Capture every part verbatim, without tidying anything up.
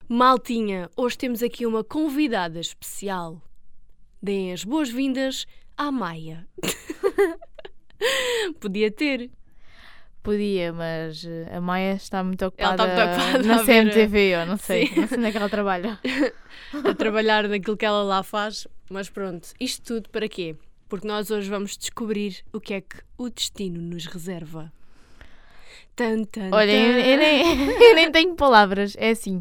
Maltinha, hoje temos aqui uma convidada especial. Deem as boas-vindas à Maia. Podia ter. Podia, mas a Maia está muito ocupada, Ela está muito ocupada na a C M T ver V, eu não sei, Sim. não sei onde é que ela trabalha. A trabalhar naquilo que ela lá faz. Mas pronto, isto tudo para quê? Porque nós hoje vamos descobrir o que é que o destino nos reserva. Tan, tan, Olha, tan. eu, eu nem, eu nem tenho palavras, é assim.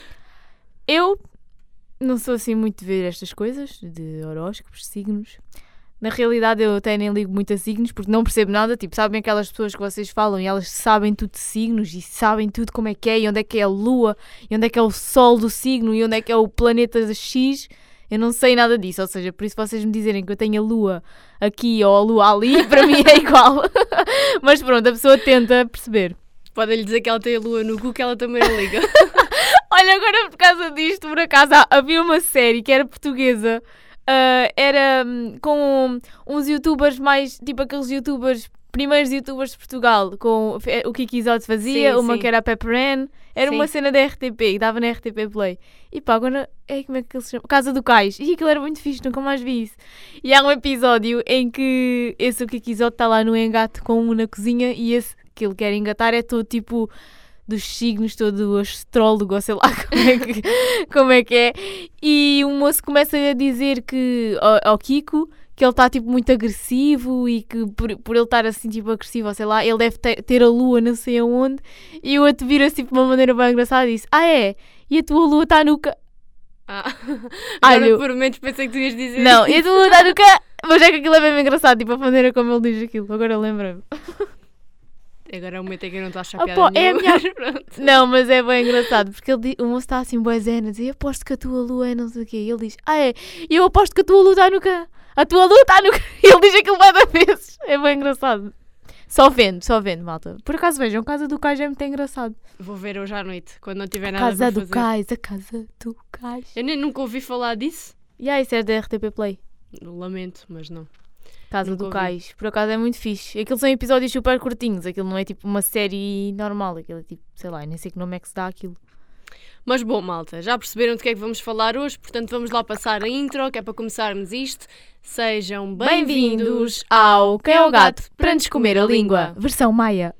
Eu não sou assim muito de ver estas coisas, de horóscopos, signos. Na realidade eu até nem ligo muito a signos, porque não percebo nada. Tipo, sabem aquelas pessoas que vocês falam e elas sabem tudo de signos e sabem tudo como é que é, e onde é que é a lua, e onde é que é o sol do signo, e onde é que é o planeta X. Eu não sei nada disso, ou seja, por isso vocês me dizerem que eu tenho a lua aqui ou a lua ali, para mim é igual. Mas pronto, a pessoa tenta perceber. Podem-lhe dizer que ela tem a lua no cu, que ela também não liga. Olha, agora por causa disto, por acaso, havia uma série que era portuguesa, uh, era um, com uns youtubers mais, tipo aqueles youtubers, primeiros youtubers de Portugal, com o Kiki Isote fazia, Sim, uma sim. que era a Pepper Ann, era Sim. uma cena da R T P, que dava na R T P Play. E pá, agora, é, como é que ele se chama? Casa do Cais. E aquilo era muito fixe, nunca mais vi isso. E há um episódio em que esse o Kiki Isote está lá no engate com um na cozinha e esse que ele quer engatar é todo tipo dos signos, todo astrólogo, ou sei lá como é que, como é, que é. E o moço começa a dizer que ao, ao Kiko que ele está tipo muito agressivo e que por, por ele estar assim tipo agressivo, ou sei lá, ele deve ter, ter a lua não sei aonde. E o outro vira assim de uma maneira bem engraçada e disse: ah é? E a tua lua está no ca... Ah, Ai, agora eu- por momentos pensei que tu ias dizer Não, e a isso. tua lua está no ca... Mas é que aquilo é bem engraçado, tipo a maneira como ele diz aquilo. Agora lembra-me. Agora é o momento em que eu não estou a achar Ah, piada pô, é a nenhuma, minha- mas pronto. Não, mas é bem engraçado, porque ele, di- o moço está assim, bué zen, a dizer: aposto que a tua lua é não sei o quê. E ele diz: ah é? E eu aposto que a tua lua está no ca... A tua lua está no ca... E ele diz aquilo várias vezes. É bem engraçado. Só vendo, só vendo, malta. Por acaso vejam, Casa do Cais é muito engraçado. Vou ver hoje à noite, quando não tiver nada Casa para do fazer. Cais, a Casa do Cais. Eu nem nunca ouvi falar disso. E aí, isso é da R T P Play. Lamento, mas não. Casa Nunca do ouvi. Cais. Por acaso é muito fixe. Aquilo são episódios super curtinhos. Aquilo não é tipo uma série normal. Aquilo é tipo, sei lá, nem sei que nome é que se dá aquilo. Mas bom, malta, já perceberam de que é que vamos falar hoje, portanto vamos lá passar a intro, que é para começarmos isto. Sejam bem-vindos ao Quem é o Gato para nos comer a língua. Versão Maia.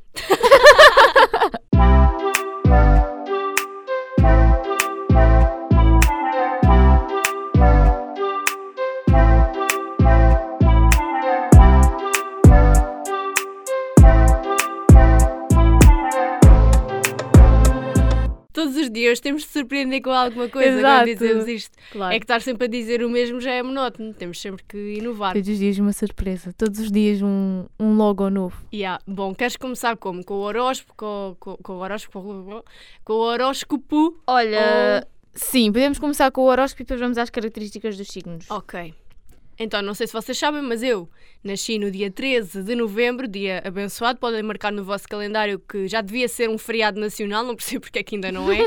Todos os dias temos de surpreender com alguma coisa Exato. quando dizemos isto. Claro. É que estar sempre a dizer o mesmo já é monótono, temos sempre que inovar. Todos os dias uma surpresa. Todos os dias um, um logo novo. Yeah. Bom, queres começar como? Com o horóscopo? Com, com, com o horóscopo? Com o horóscopo? Olha, sim, podemos começar com o horóscopo e depois vamos às características dos signos. Ok. Então, não sei se vocês sabem, mas eu nasci no dia treze de novembro, dia abençoado. Podem marcar no vosso calendário que já devia ser um feriado nacional, não percebo porque é que ainda não é.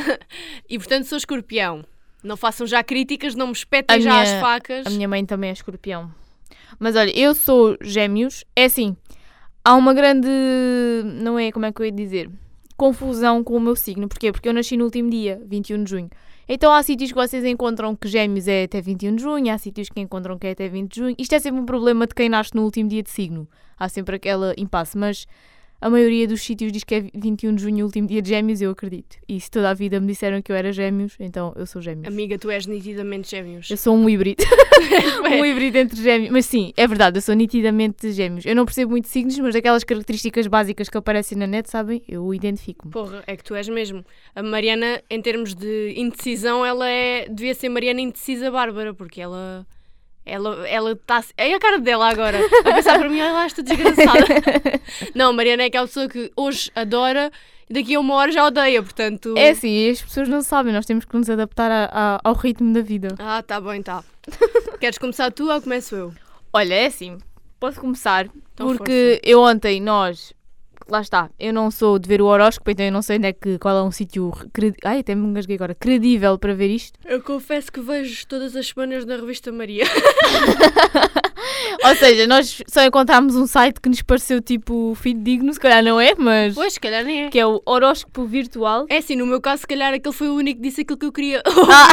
E, portanto, sou escorpião. Não façam já críticas, não me espetem A já minha- as facas. A minha mãe também é escorpião. Mas olha, eu sou gêmeos. É assim, há uma grande, não é, como é que eu ia dizer, confusão com o meu signo. Porquê? Porque eu nasci no último dia, vinte e um de junho. Então há sítios que vocês encontram que gêmeos é até vinte e um de junho, há sítios que encontram que é até vinte de junho. Isto é sempre um problema de quem nasce no último dia de signo. Há sempre aquela impasse, mas a maioria dos sítios diz que é vinte e um de junho o último dia de gêmeos e eu acredito. E se toda a vida me disseram que eu era gêmeos, então eu sou gêmeos. Amiga, tu és nitidamente gêmeos. Eu sou um híbrido. um híbrido entre gêmeos. Mas sim, é verdade, eu sou nitidamente gêmeos. Eu não percebo muito signos, mas aquelas características básicas que aparecem na net, sabem? Eu identifico-me. Porra, é que tu és mesmo. A Mariana, em termos de indecisão, ela é... devia ser Mariana Indecisa Bárbara, porque ela... Ela ela está... É a cara dela agora. A pensar para mim, olha lá esta desgraçada. Não, a Mariana é aquela pessoa que hoje adora e daqui a uma hora já odeia, portanto... É assim, as pessoas não sabem, nós temos que nos adaptar a- a- ao ritmo da vida. Ah, tá bem, tá. Queres começar tu ou começo eu? Olha, é assim, posso começar, Então porque eu ontem, nós... Lá está, eu não sou de ver o horóscopo, então eu não sei onde é que, qual é um sítio... Cred... Ai, até me engasguei agora. Credível para ver isto. Eu confesso que vejo todas as semanas na revista Maria. Ou seja, nós só encontramos um site que nos pareceu tipo fidedigno, se calhar não é, mas... Pois, se calhar nem é. Que é o horóscopo virtual. É assim, no meu caso, se calhar aquele foi o único que disse aquilo que eu queria. Ah.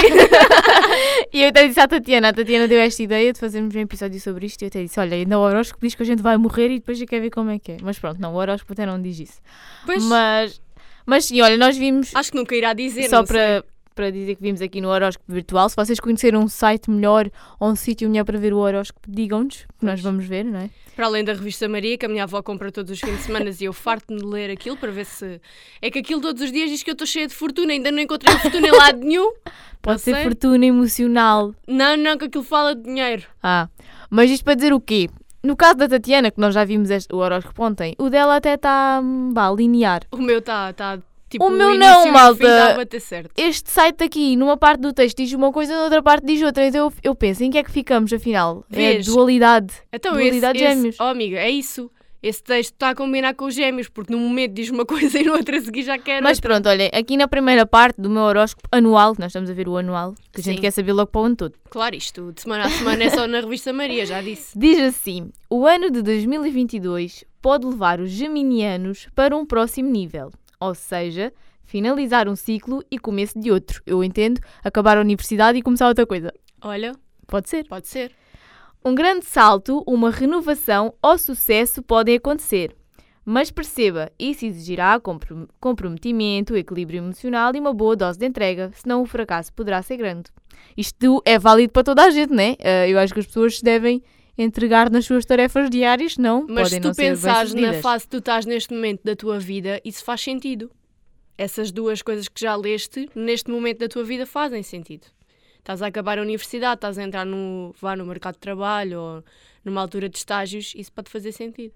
E eu até disse à Tatiana, a Tatiana deu esta ideia de fazermos um episódio sobre isto e eu até disse, olha, ainda o horóscopo diz que a gente vai morrer e depois já quer ver como é que é. Mas pronto, não, o horóscopo até não diz isso. Pois, Mas, mas sim, olha, nós vimos, acho que nunca irá dizer, só não sei. para, para dizer que vimos aqui no horóscopo virtual, se vocês conhecerem um site melhor ou um sítio melhor para ver o horóscopo, digam-nos, que nós vamos ver, não é? Para além da revista Maria, que a minha avó compra todos os fins de semana e eu farto-me de ler aquilo para ver se... É que aquilo todos os dias diz que eu estou cheia de fortuna, ainda não encontrei fortuna em lado nenhum. Pode Não ser sei. fortuna emocional. Não, não, que aquilo fala de dinheiro. Ah, mas isto para dizer o quê? No caso da Tatiana, que nós já vimos este, o horóscopo ontem, o dela até está, vá, linear. O meu está, tá, tipo, O meu início não, e o malta. fim está a bater certo. Este site aqui, numa parte do texto diz uma coisa, na outra parte diz outra. Então eu, eu penso, em que é que ficamos, afinal? Vês? É dualidade. Então, Dualidade esse, esse, gêmeos. oh, amiga, é isso. Esse texto está a combinar com os gêmeos, porque num momento diz uma coisa e no outro a seguir já quer Mas outra. pronto, olha, aqui na primeira parte do meu horóscopo anual, que nós estamos a ver o anual, que a gente Sim. quer saber logo para o ano todo. Claro, isto de semana a semana é só na revista Maria, já disse. Diz assim, o ano de dois mil e vinte e dois pode levar os geminianos para um próximo nível. Ou seja, finalizar um ciclo e começo de outro. Eu entendo, acabar a universidade e começar outra coisa. Olha, Pode ser. pode ser. Um grande salto, uma renovação ou sucesso podem acontecer. Mas perceba, isso exigirá comprom- comprometimento, equilíbrio emocional e uma boa dose de entrega, senão o fracasso poderá ser grande. Isto é válido para toda a gente, não é? Uh, eu acho que as pessoas se devem entregar nas suas tarefas diárias, não Mas podem se tu não ser pensares na bem-sucedidas. fase que tu estás neste momento da tua vida, isso faz sentido. Essas duas coisas que já leste, neste momento da tua vida, fazem sentido. Estás a acabar a universidade, estás a entrar no, vá, no mercado de trabalho ou numa altura de estágios, isso pode fazer sentido.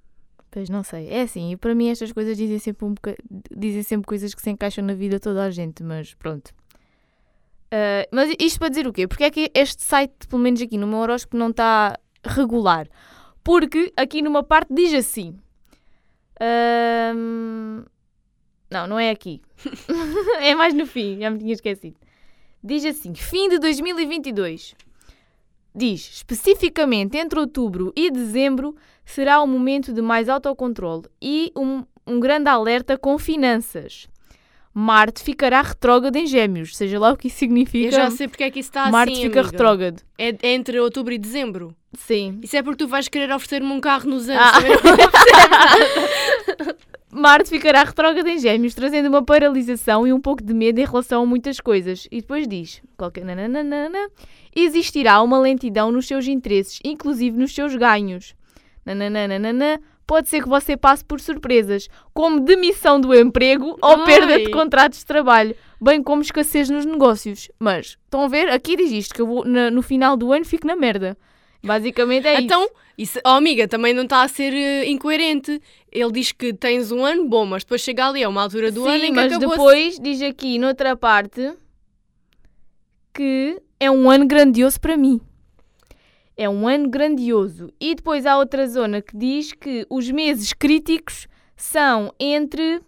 Pois não sei, é assim, e para mim estas coisas dizem sempre, um boca... dizem sempre coisas que se encaixam na vida de toda a gente, mas pronto. Uh, mas isto para dizer o quê? Porque é que este site, pelo menos aqui no meu horóscopo, não está regular? Porque aqui numa parte diz assim... Ahm, Não, não é aqui. É mais no fim, já me tinha esquecido. Diz assim, fim de dois mil e vinte e dois. Diz, especificamente entre outubro e dezembro, será um momento de mais autocontrole e um, um grande alerta com finanças. Marte ficará retrógrado em Gêmeos, seja lá o que isso significa. Eu já sei porque é que isso está Marte assim, fica amiga. retrógrado. É, é entre outubro e dezembro. Sim. Isso é porque tu vais querer oferecer-me um carro nos anos. Ah. também não percebes nada. Marte ficará retrógrado em Gêmeos, trazendo uma paralisação e um pouco de medo em relação a muitas coisas. E depois diz, qualquer nananana, existirá uma lentidão nos seus interesses, inclusive nos seus ganhos. Nananana, pode ser que você passe por surpresas, como demissão do emprego ou Ai. perda de contratos de trabalho, bem como escassez nos negócios. Mas, estão a ver? Aqui diz isto, que eu vou, na- no final do ano fico na merda. Basicamente é isso. Então, isso, oh amiga, também não está a ser eh, incoerente. Ele diz que tens um ano bom, mas depois chega ali a uma altura do Sim, ano em que mas acabou depois diz aqui noutra parte que é um ano grandioso para mim. É um ano grandioso. E depois há outra zona que diz que os meses críticos são entre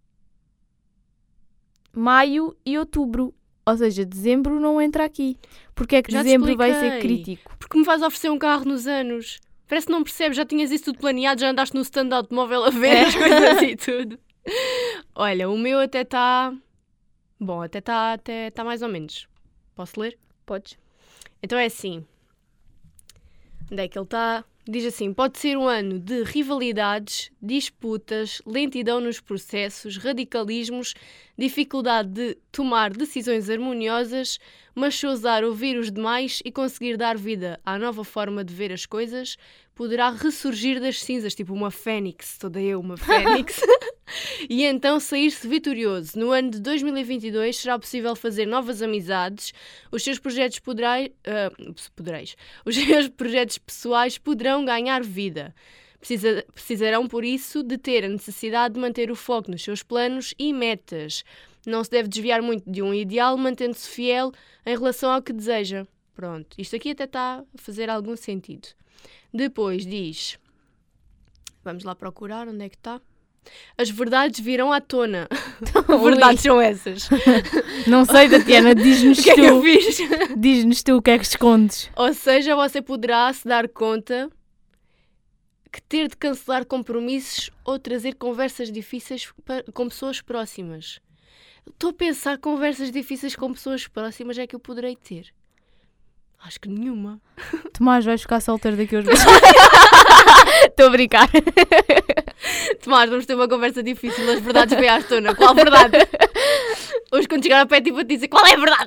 maio e outubro. Ou seja, dezembro não entra aqui. Porque é que Já te dezembro vai ser expliquei. crítico? Porque me vais oferecer um carro nos anos. Parece que não percebes, já tinhas isso tudo planeado, já andaste no stand de automóvel a ver É. as coisas e tudo. Olha, o meu até está... Bom, até está até tá mais ou menos. Posso ler? Podes. Então é assim. Onde é que ele está? Diz assim, pode ser um ano de rivalidades, disputas, lentidão nos processos, radicalismos, dificuldade de tomar decisões harmoniosas, mas se ousar ouvir os demais e conseguir dar vida à nova forma de ver as coisas, poderá ressurgir das cinzas, tipo uma fênix, toda eu uma fênix, e então sair-se vitorioso. No ano de dois mil e vinte e dois será possível fazer novas amizades, os seus projetos poderai, uh, podereis, os seus projetos pessoais poderão ganhar vida. Precisa, precisarão, por isso, de ter a necessidade de manter o foco nos seus planos e metas. Não se deve desviar muito de um ideal, mantendo-se fiel em relação ao que deseja. Pronto, isto aqui até está a fazer algum sentido. Depois diz... Vamos lá procurar onde é que está. As verdades virão à tona. Verdades são essas. Não sei, Tatiana, diz-nos O que é tu. que eu fiz? Diz-nos tu o que é que escondes. Ou seja, você poderá se dar conta que ter de cancelar compromissos ou trazer conversas difíceis pa- com pessoas próximas. Estou a pensar conversas difíceis com pessoas próximas é que eu poderei ter. Acho que nenhuma. Tomás, vais ficar solteiro daqui aos meses. Estou a brincar. Tomás, vamos ter uma conversa difícil. As verdades vêm à tona. Qual verdade? Hoje quando chegar a pé tipo a te dizer qual é a verdade?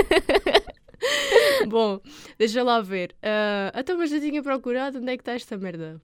Bom, deixa lá ver. Uh, então, mas eu tinha procurado onde é que está esta merda.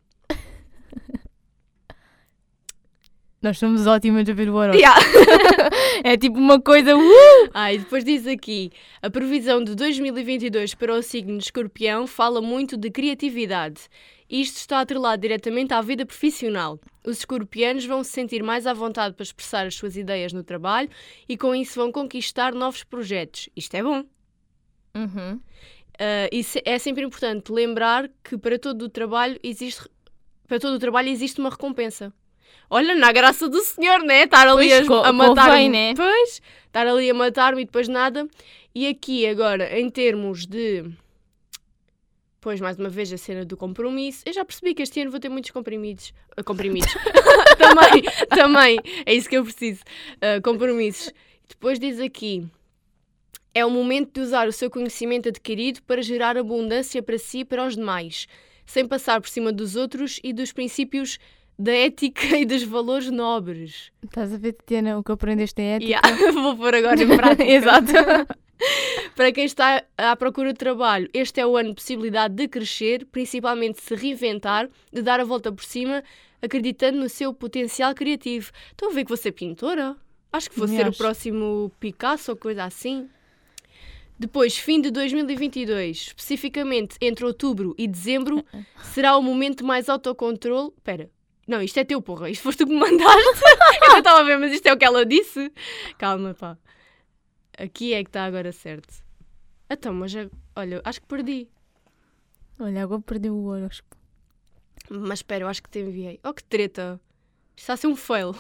Nós somos ótimas a ver o horóscopo. Yeah. É tipo uma coisa... Uh! Ah, e depois diz aqui, a previsão de dois mil e vinte e dois para o signo de Escorpião fala muito de criatividade. Isto está atrelado diretamente à vida profissional. Os escorpianos vão se sentir mais à vontade para expressar as suas ideias no trabalho e com isso vão conquistar novos projetos. Isto é bom. Uhum. Uh, e se- é sempre importante lembrar que para todo o trabalho existe, para todo o trabalho existe uma recompensa. Olha, na graça do Senhor, né? Estar ali Pois, a, co- a matar-me. convém, né? Pois, estar ali a matar-me e depois nada. E aqui agora, em termos de... Pois, mais uma vez, a cena do compromisso. Eu já percebi que este ano vou ter muitos comprimidos. Uh, comprimidos. também, também. É isso que eu preciso. Uh, compromissos. Depois diz aqui... É o momento de usar o seu conhecimento adquirido para gerar abundância para si e para os demais, sem passar por cima dos outros e dos princípios da ética e dos valores nobres. Estás a ver, Tatiana, o que aprendeste em ética? Yeah, vou pôr agora em prática. Exato. Para quem está à procura de trabalho, este é o ano de possibilidade de crescer, principalmente de se reinventar, de dar a volta por cima, acreditando no seu potencial criativo. Estão a ver que vou ser pintora? Acho que vou Me ser acho. o próximo Picasso ou coisa assim. Depois, fim de dois mil e vinte e dois, especificamente entre outubro e dezembro, será o momento mais autocontrole. Espera, não, isto é teu, porra, isto foste tu que me mandaste. Eu já estava a ver, mas isto é o que ela disse. Calma, pá. Aqui é que está agora certo. Então, mas já- olha, acho que perdi. Olha, agora perdeu o horóscopo. Mas espera, eu acho que te enviei. Oh, que treta. Isto está a ser um fail.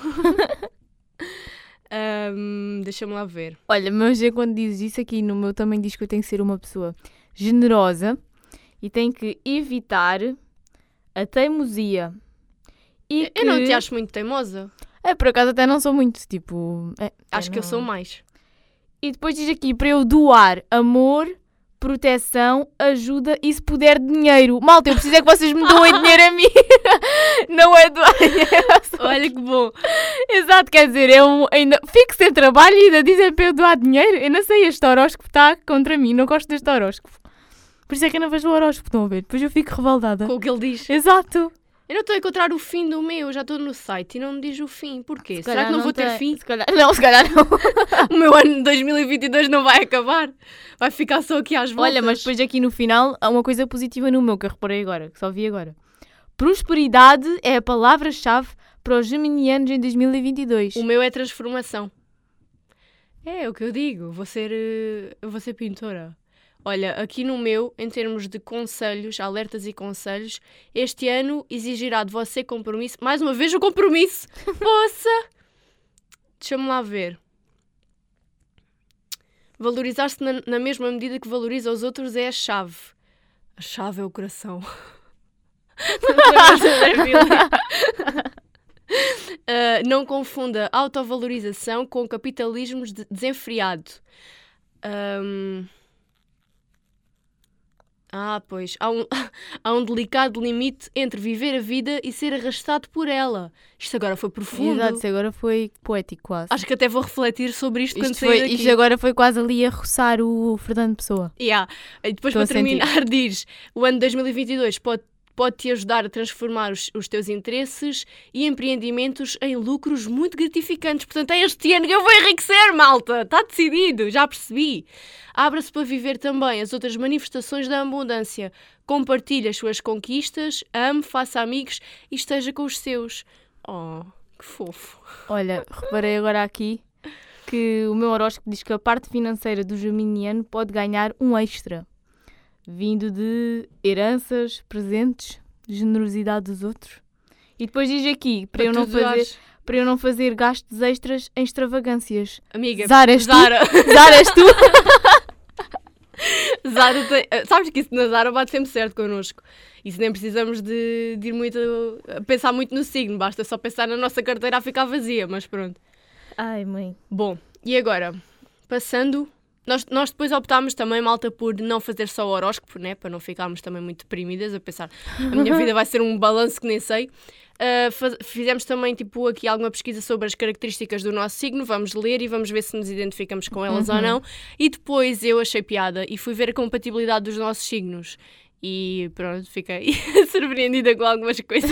Ahm, Deixa-me lá ver. Olha, mas eu quando dizes isso aqui no meu também diz que eu tenho que ser uma pessoa generosa e tenho que evitar a teimosia. E Eu não que- te acho muito teimosa. É, por acaso até não sou muito, tipo... é, Acho é, que eu não- sou mais. E depois diz aqui para eu doar amor, proteção, ajuda e se puder dinheiro. Malta, eu preciso é que vocês me doem dinheiro a mim. Não é doar dinheiro. Olha que bom. Exato, quer dizer, eu ainda fico sem trabalho e ainda dizem para eu doar dinheiro. Eu não sei, este horóscopo está contra mim, não gosto deste horóscopo. Por isso é que eu não vejo o horóscopo, estão a ver? Depois eu fico revoltada. Com o que ele diz. Exato. Eu não estou a encontrar o fim do meu, já estou no site e não me diz o fim. Porquê? Se Será calhar que não, vou ter tem. fim? Se calhar... Não, se calhar não. O meu ano de dois mil e vinte e dois não vai acabar. Vai ficar só aqui às voltas. Olha, mas depois aqui no final há uma coisa positiva no meu que eu reparei agora, que só vi agora. Prosperidade é a palavra-chave para os geminianos em dois mil e vinte e dois. O meu é transformação. É, é o que eu digo. Vou ser, eh, eu vou ser pintora. Olha, aqui no meu, em termos de conselhos, alertas e conselhos, este ano exigirá de você compromisso. Mais uma vez o compromisso. Poça! Deixa-me lá ver. Valorizar-se na, na mesma medida que valoriza os outros é a chave. A chave é o coração. Uh, não confunda autovalorização com capitalismo de- desenfreado. Um, Ah, pois. Há um, há um delicado limite entre viver a vida e ser arrastado por ela. Isto agora foi profundo. Exato, isso agora foi poético quase. Acho que até vou refletir sobre isto, quando Isto, sair foi, daqui. isto agora foi quase ali a roçar o Fernando Pessoa. Yeah. E depois, Estou para a sentir. terminar, diz: o ano de dois mil e vinte e dois pode, pode te ajudar a transformar os, os teus interesses e empreendimentos em lucros muito gratificantes. Portanto, é este ano que eu vou enriquecer, malta! Está decidido, já percebi. Abra-se para viver também as outras manifestações da abundância. Compartilhe as suas conquistas, ame, faça amigos e esteja com os seus. Oh, que fofo. Olha, reparei agora aqui que o meu horóscopo diz que a parte financeira do geminiano pode ganhar um extra, vindo de heranças, presentes, generosidade dos outros. E depois diz aqui, para, eu não tu fazer, doares. para eu não fazer gastos extras em extravagâncias. Amiga, Zara, és tu? Zara. Zara, és tu? Zara tem... Sabes que isso na Zara bate sempre certo connosco. Isso nem precisamos de, de ir muito a pensar muito no signo, basta só pensar na nossa carteira a ficar vazia, mas pronto. Ai, mãe. Bom, e agora, passando, nós, nós depois optámos também, malta, por não fazer só o horóscopo, né? Para não ficarmos também muito deprimidas, a pensar, a minha vida vai ser um balanço que nem sei. Uh, faz, fizemos também, tipo, aqui alguma pesquisa sobre as características do nosso signo, vamos ler e vamos ver se nos identificamos com elas uhum. ou não. E depois eu achei piada e fui ver a compatibilidade dos nossos signos. E pronto, fiquei surpreendida com algumas coisas.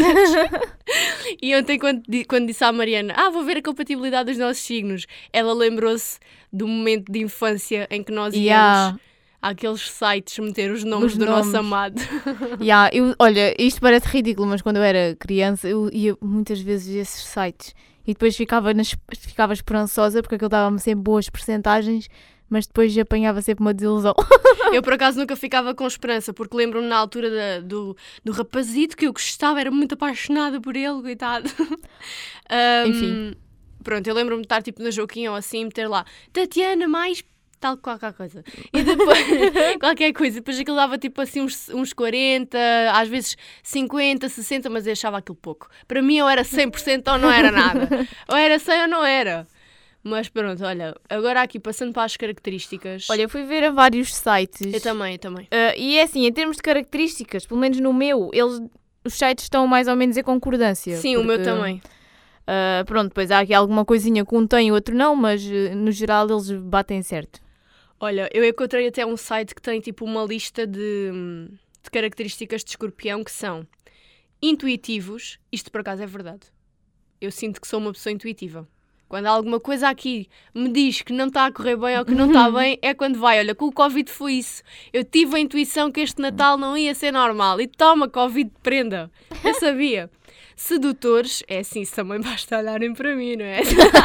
E ontem, quando, quando disse à Mariana, ah, vou ver a compatibilidade dos nossos signos, ela lembrou-se do momento de infância em que nós íamos yeah. àqueles sites meter os nomes os do nomes. Nosso amado. Yeah, eu, olha, isto parece ridículo, mas quando eu era criança, eu ia muitas vezes a esses sites e depois ficava, nas, ficava esperançosa porque aquilo dava-me sempre boas percentagens. Mas depois apanhava sempre uma desilusão. Eu, por acaso, nunca ficava com esperança, porque lembro-me na altura da, do, do rapazito que eu gostava, era muito apaixonada por ele, coitado. Um, Enfim. Pronto, eu lembro-me de estar tipo na Joaquim ou assim, meter lá, Tatiana, mais tal qualquer coisa. E depois, qualquer coisa. Depois aquilo dava tipo assim uns, uns quarenta, às vezes cinquenta, sessenta, mas eu achava aquilo pouco. Para mim, ou era cem por cento ou não era nada. Ou era cem ou não era. Mas pronto, olha, agora aqui passando para as características. Olha, eu fui ver a vários sites. Eu também, eu também. Uh, e é assim, em termos de características, pelo menos no meu, eles, os sites estão mais ou menos em concordância. Sim, porque, o meu também. Uh, pronto, depois há aqui alguma coisinha que um tem e o outro não, mas uh, no geral eles batem certo. Olha, eu encontrei até um site que tem tipo uma lista de, de características de escorpião que são intuitivos. Isto por acaso é verdade. Eu sinto que sou uma pessoa intuitiva. Quando alguma coisa aqui me diz que não está a correr bem ou que não está bem, é quando vai. Olha, com o Covid foi isso. Eu tive a intuição que este Natal não ia ser normal. E toma, Covid, prenda. Eu sabia. Sedutores, é assim, isso também basta olharem para mim, não é?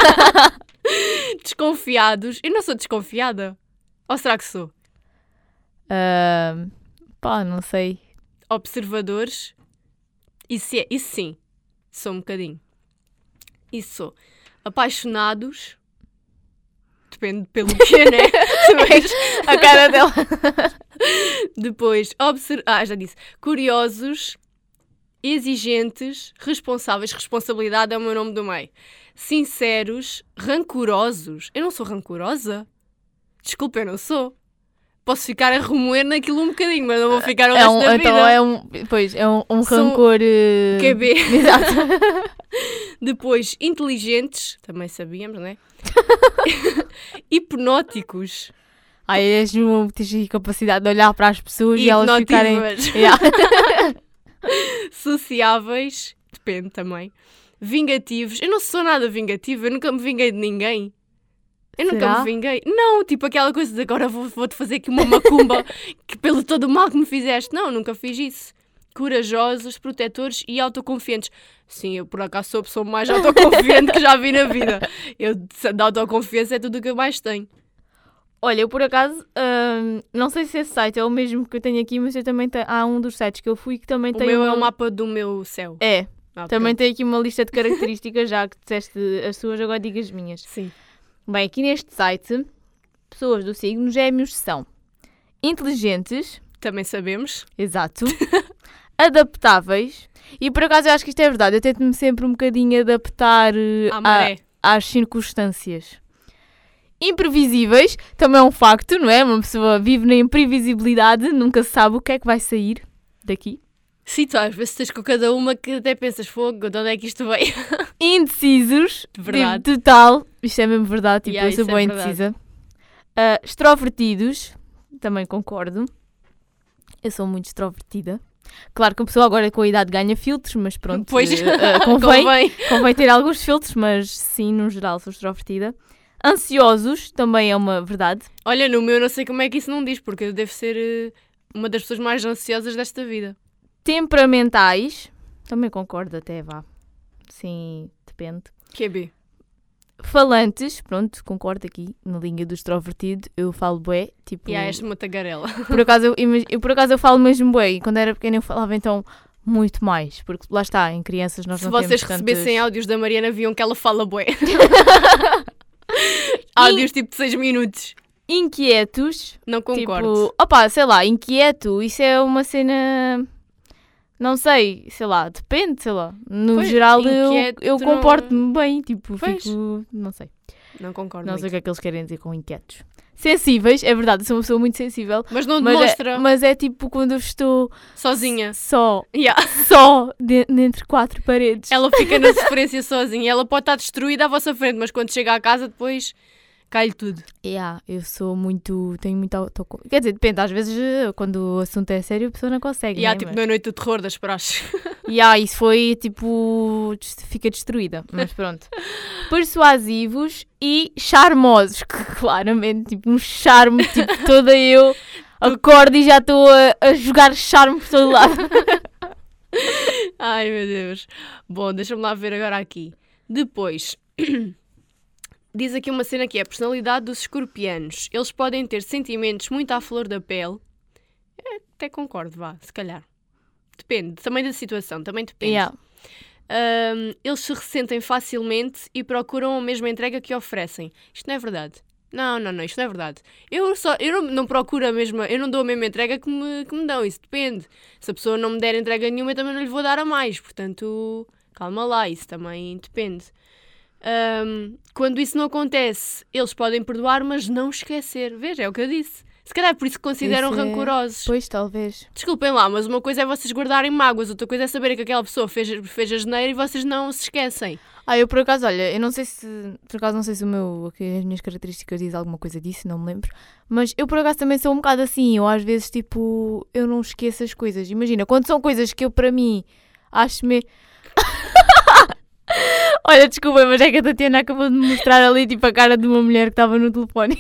Desconfiados. Eu não sou desconfiada. Ou será que sou? Uh, pá, não sei. Observadores. Isso, é, isso sim. Sou um bocadinho. Isso sou. Apaixonados. Depende pelo quê, né? A cara dela. Depois, obser... ah, já disse. Curiosos, exigentes, responsáveis. Responsabilidade é o meu nome do meio. Sinceros, rancorosos. Eu não sou rancorosa. Desculpa, eu não sou. Posso ficar a remoer naquilo um bocadinho, mas não vou ficar o é resto um, da então vida. É um, pois, é um, um Sou rancor... Uh... Q B. Exato. Depois, inteligentes. Também sabíamos, não é? Hipnóticos. Ai, és uma, tens a capacidade de olhar para as pessoas e elas ficarem... Yeah. Sociáveis. Depende também. Vingativos. Eu não sou nada vingativa. Eu nunca me vinguei de ninguém. Eu Será? nunca me vinguei. Não, tipo aquela coisa de agora vou, vou-te fazer aqui uma macumba que pelo todo o mal que me fizeste. Não, nunca fiz isso. Corajosos, protetores e autoconfiantes. Sim, eu por acaso sou a pessoa mais autoconfiante que já vi na vida. Eu, da autoconfiança é tudo o que eu mais tenho. Olha, eu por acaso, hum, não sei se esse site é o mesmo que eu tenho aqui, mas eu também tenho, há um dos sites que eu fui que também o tem... O meu uma... é o mapa do meu céu. É, ah, também pronto. tem aqui uma lista de características, já que disseste as suas, agora diga as minhas. Sim. Bem, aqui neste site, pessoas do signo Gêmeos são inteligentes. Também sabemos. Exato. Adaptáveis. E por acaso eu acho que isto é verdade. Eu tento-me sempre um bocadinho adaptar à maré. A, às circunstâncias. Imprevisíveis. Também é um facto, não é? Uma pessoa vive na imprevisibilidade. Nunca se sabe o que é que vai sair daqui. Sim, tu às vezes tens com cada uma que até pensas, fogo, de onde é que isto veio? Indecisos. Verdade. Tipo, total. Isto é mesmo verdade. Tipo, Yeah, eu sou isso é bem verdade. indecisa. Uh, extrovertidos. Também concordo. Eu sou muito extrovertida. Claro que a pessoa agora com a idade ganha filtros, mas pronto. Pois, uh, uh, convém, convém. convém ter alguns filtros, mas sim, no geral sou extrovertida. Ansiosos. Também é uma verdade. Olha, no meu não sei como é que isso não diz, porque eu devo ser uh, uma das pessoas mais ansiosas desta vida. Temperamentais, também concordo até, vá. Sim, depende. Q B. Falantes, pronto, concordo aqui, na linha do extrovertido, eu falo bué, tipo... E há esta uma tagarela. Por acaso eu, imag- eu, por acaso eu falo mesmo bué, e quando era pequena eu falava então muito mais, porque lá está, em crianças nós Se não vocês temos tantas... recebessem áudios da Mariana, viam que ela fala bué. Áudios tipo de seis minutos. Inquietos, Não concordo. tipo, opa, sei lá, inquieto, isso é uma cena, não sei, sei lá, depende, sei lá, no Pois, geral eu, inquieto eu não- comporto-me bem, tipo, Pois. fico, não sei, Não concordo não sei o muito. que é que eles querem dizer com inquietos. Sensíveis, é verdade, eu sou uma pessoa muito sensível, Mas não mas demonstra. é, mas é tipo quando eu estou Sozinha. só, Yeah. só de- entre quatro paredes. Ela fica na sofrência sozinha. Ela pode estar destruída à vossa frente, mas quando chega à casa depois cai-lhe tudo. Yeah, eu sou muito, tenho muito auto... Quer dizer, depende, às vezes eh, quando o assunto é sério a pessoa não consegue, E há né? tipo Mas- na noite do terror das praxes. E ah, isso foi tipo. des- Fica destruída. Mas pronto. Persuasivos e charmosos. Que claramente, tipo, um charme, tipo, toda eu acordo e já estou a, a jogar charme por todo lado. Ai meu Deus. Bom, deixa-me lá ver agora aqui. Depois. Diz aqui uma cena que é a personalidade dos escorpianos. Eles podem ter sentimentos muito à flor da pele. É, até concordo, vá, se calhar. Depende, também da situação, também depende. Yeah. Ahm, eles se ressentem facilmente e procuram a mesma entrega que oferecem. Isto não é verdade. Não, não, não, isto não é verdade. Eu, só, eu não, não procuro a mesma, eu não dou a mesma entrega que me, que me dão, isso depende. Se a pessoa não me der entrega nenhuma, eu também não lhe vou dar a mais, portanto, calma lá, isso também depende. Ahm, quando isso não acontece, eles podem perdoar, mas não esquecer. Veja, é o que eu disse. Se calhar é por isso que consideram Isso é- rancorosos. Pois, talvez. Desculpem lá, mas uma coisa é vocês guardarem mágoas, outra coisa é saberem que aquela pessoa fez, fez a geneira e vocês não se esquecem. Ah, eu por acaso, olha, eu não sei se. Por acaso, não sei se o meu. Aqui, as minhas características diz alguma coisa disso, não me lembro. Mas eu por acaso também sou um bocado assim. Eu às vezes, tipo. Eu não esqueço as coisas. Imagina, quando são coisas que eu para mim acho me. Olha, desculpa, mas é que a Tatiana acabou de me mostrar ali, tipo, a cara de uma mulher que estava no telefone.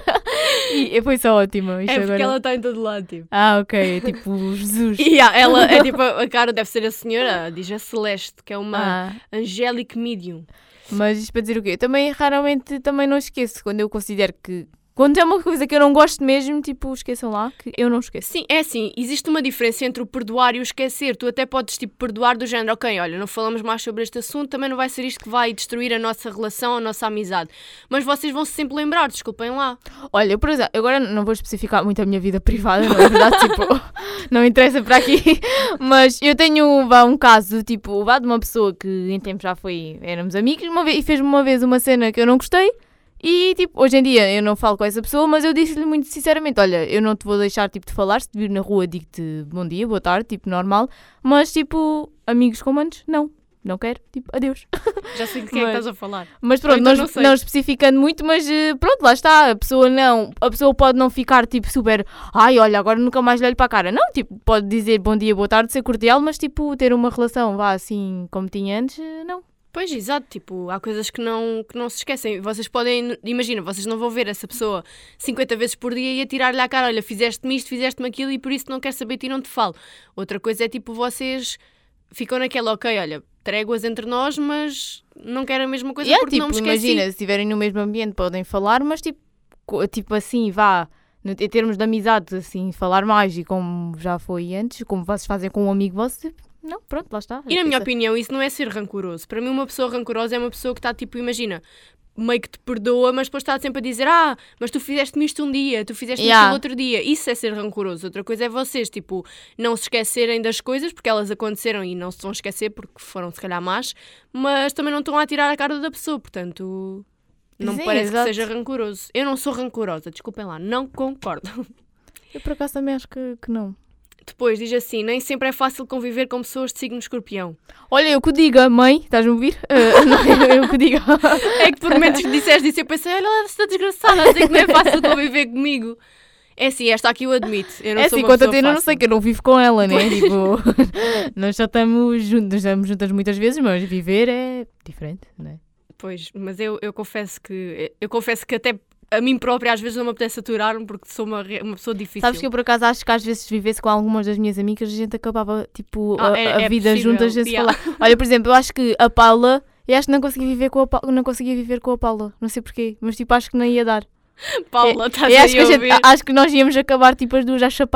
E foi só ótimo. Isto É porque agora... ela está em todo lado, tipo. Ah, ok. É tipo Jesus. E ah, ela é tipo, a cara deve ser a senhora, diz a Celeste, que é uma Ah, angelic medium. mas isto para dizer o quê? Eu também raramente também não esqueço. Quando eu considero que... Quando é uma coisa que eu não gosto mesmo, tipo, esqueçam lá que eu não esqueço. Sim, é assim, existe uma diferença entre o perdoar e o esquecer. Tu até podes, tipo, perdoar do género, ok, olha, não falamos mais sobre este assunto, também não vai ser isto que vai destruir a nossa relação, a nossa amizade. Mas vocês vão-se sempre lembrar, desculpem lá. Olha, eu, por exemplo, agora não vou especificar muito a minha vida privada, não é verdade? Tipo, não interessa para aqui. Mas eu tenho, vá, um caso, tipo, vá, de uma pessoa que em tempo já foi, éramos amigos, uma vez, e fez-me uma vez uma cena que eu não gostei. E, tipo, hoje em dia eu não falo com essa pessoa, mas eu disse-lhe muito sinceramente, olha, eu não te vou deixar, tipo, de falar, se te vir na rua digo-te bom dia, boa tarde, tipo, normal, mas, tipo, amigos como antes, não, não quero, tipo, adeus. Já sei de quem é que Mas- estás a falar. Mas pronto, então não, não espe- sei. não especificando muito, mas eh, pronto, lá está, a pessoa não, a pessoa pode não ficar, tipo, super, ai, olha, agora nunca mais lhe olho para a cara, não, tipo, pode dizer bom dia, boa tarde, ser cordial, mas, tipo, ter uma relação, vá, assim, como tinha antes, eh, não. Pois, exato, tipo, há coisas que não, que não se esquecem. Vocês podem, imagina, vocês não vão ver essa pessoa cinquenta vezes por dia e atirar-lhe à cara, olha, fizeste-me isto, fizeste-me aquilo e por isso não quero saber de ti e não te falo. Outra coisa é, tipo, vocês ficam naquela, ok, olha, tréguas entre nós, mas não quero a mesma coisa E é, porque tipo, não me esqueci. imagina, se estiverem no mesmo ambiente podem falar, mas, tipo, co- tipo assim, vá, no- em termos de amizade, assim, falar mais e como já foi antes, como vocês fazem com um amigo vosso, tipo, não, pronto, lá está. E na minha Essa- opinião, isso não é ser rancoroso. Para mim, uma pessoa rancorosa é uma pessoa que está, tipo, imagina, meio que te perdoa, mas depois está sempre a dizer, ah, mas tu fizeste-me isto um dia, tu fizeste-me Yeah. isto outro dia. Isso é ser rancoroso. Outra coisa é vocês, tipo, não se esquecerem das coisas, porque elas aconteceram e não se vão esquecer porque foram, se calhar, más, mas também não estão a tirar a cara da pessoa, portanto, não me Sim, parece exato. que seja rancoroso. Eu não sou rancorosa, desculpem lá, não concordo. Eu, por acaso, também acho que, que não. Depois, diz assim, nem sempre é fácil conviver com pessoas de signo escorpião. Olha, eu que diga, mãe, estás-me a ouvir? Eh, não, eu, eu que diga. É que por momentos que disseste isso eu pensei, olha, esta desgraçada, a dizer que não é fácil conviver comigo. É assim, esta aqui eu admito. Eu não É sou assim, uma quanto a pessoa ter, eu não fácil. sei, que eu não vivo com ela, né? Tipo, nós já estamos juntos, estamos juntas muitas vezes, mas viver é diferente, né? Pois, mas eu, eu confesso que eu confesso que até a mim própria às vezes não me apetece aturar-me porque sou uma, re- uma pessoa difícil. Sabes que eu por acaso acho que às vezes se vivesse com algumas das minhas amigas, a gente acabava, tipo, Ah, a, é- a é vida possível, juntas a se yeah. falar. Olha, por exemplo, eu acho que a Paula, eu acho que não conseguia viver com a Paula, não conseguia viver com a Paula, não sei porquê, mas tipo, acho que não ia dar. Paula, Eu estás acho, aí que a a gente- ouvir? acho que nós íamos acabar tipo as duas à chapada.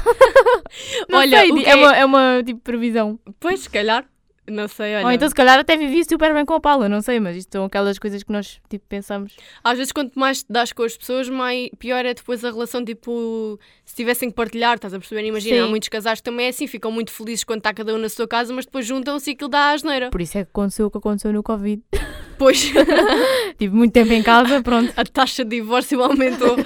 Não Olha, sei, o di- que é, é- uma, é uma tipo previsão. Pois, se calhar. Não sei, olha. Ou então se calhar até vivi super bem com a Paula, não sei, mas isto são aquelas coisas que nós tipo pensamos. Às vezes, quanto mais te dás com as pessoas, mais, pior é depois a relação, tipo, se tivessem que partilhar, estás a perceber? Imagina, há Sim. muitos casais que também é assim, ficam muito felizes quando está cada um na sua casa, mas depois juntam-se e aquilo dá asneira. Por isso é que aconteceu o que aconteceu no Covid. Pois, Tive muito tempo em casa, pronto. a taxa de divórcio aumentou.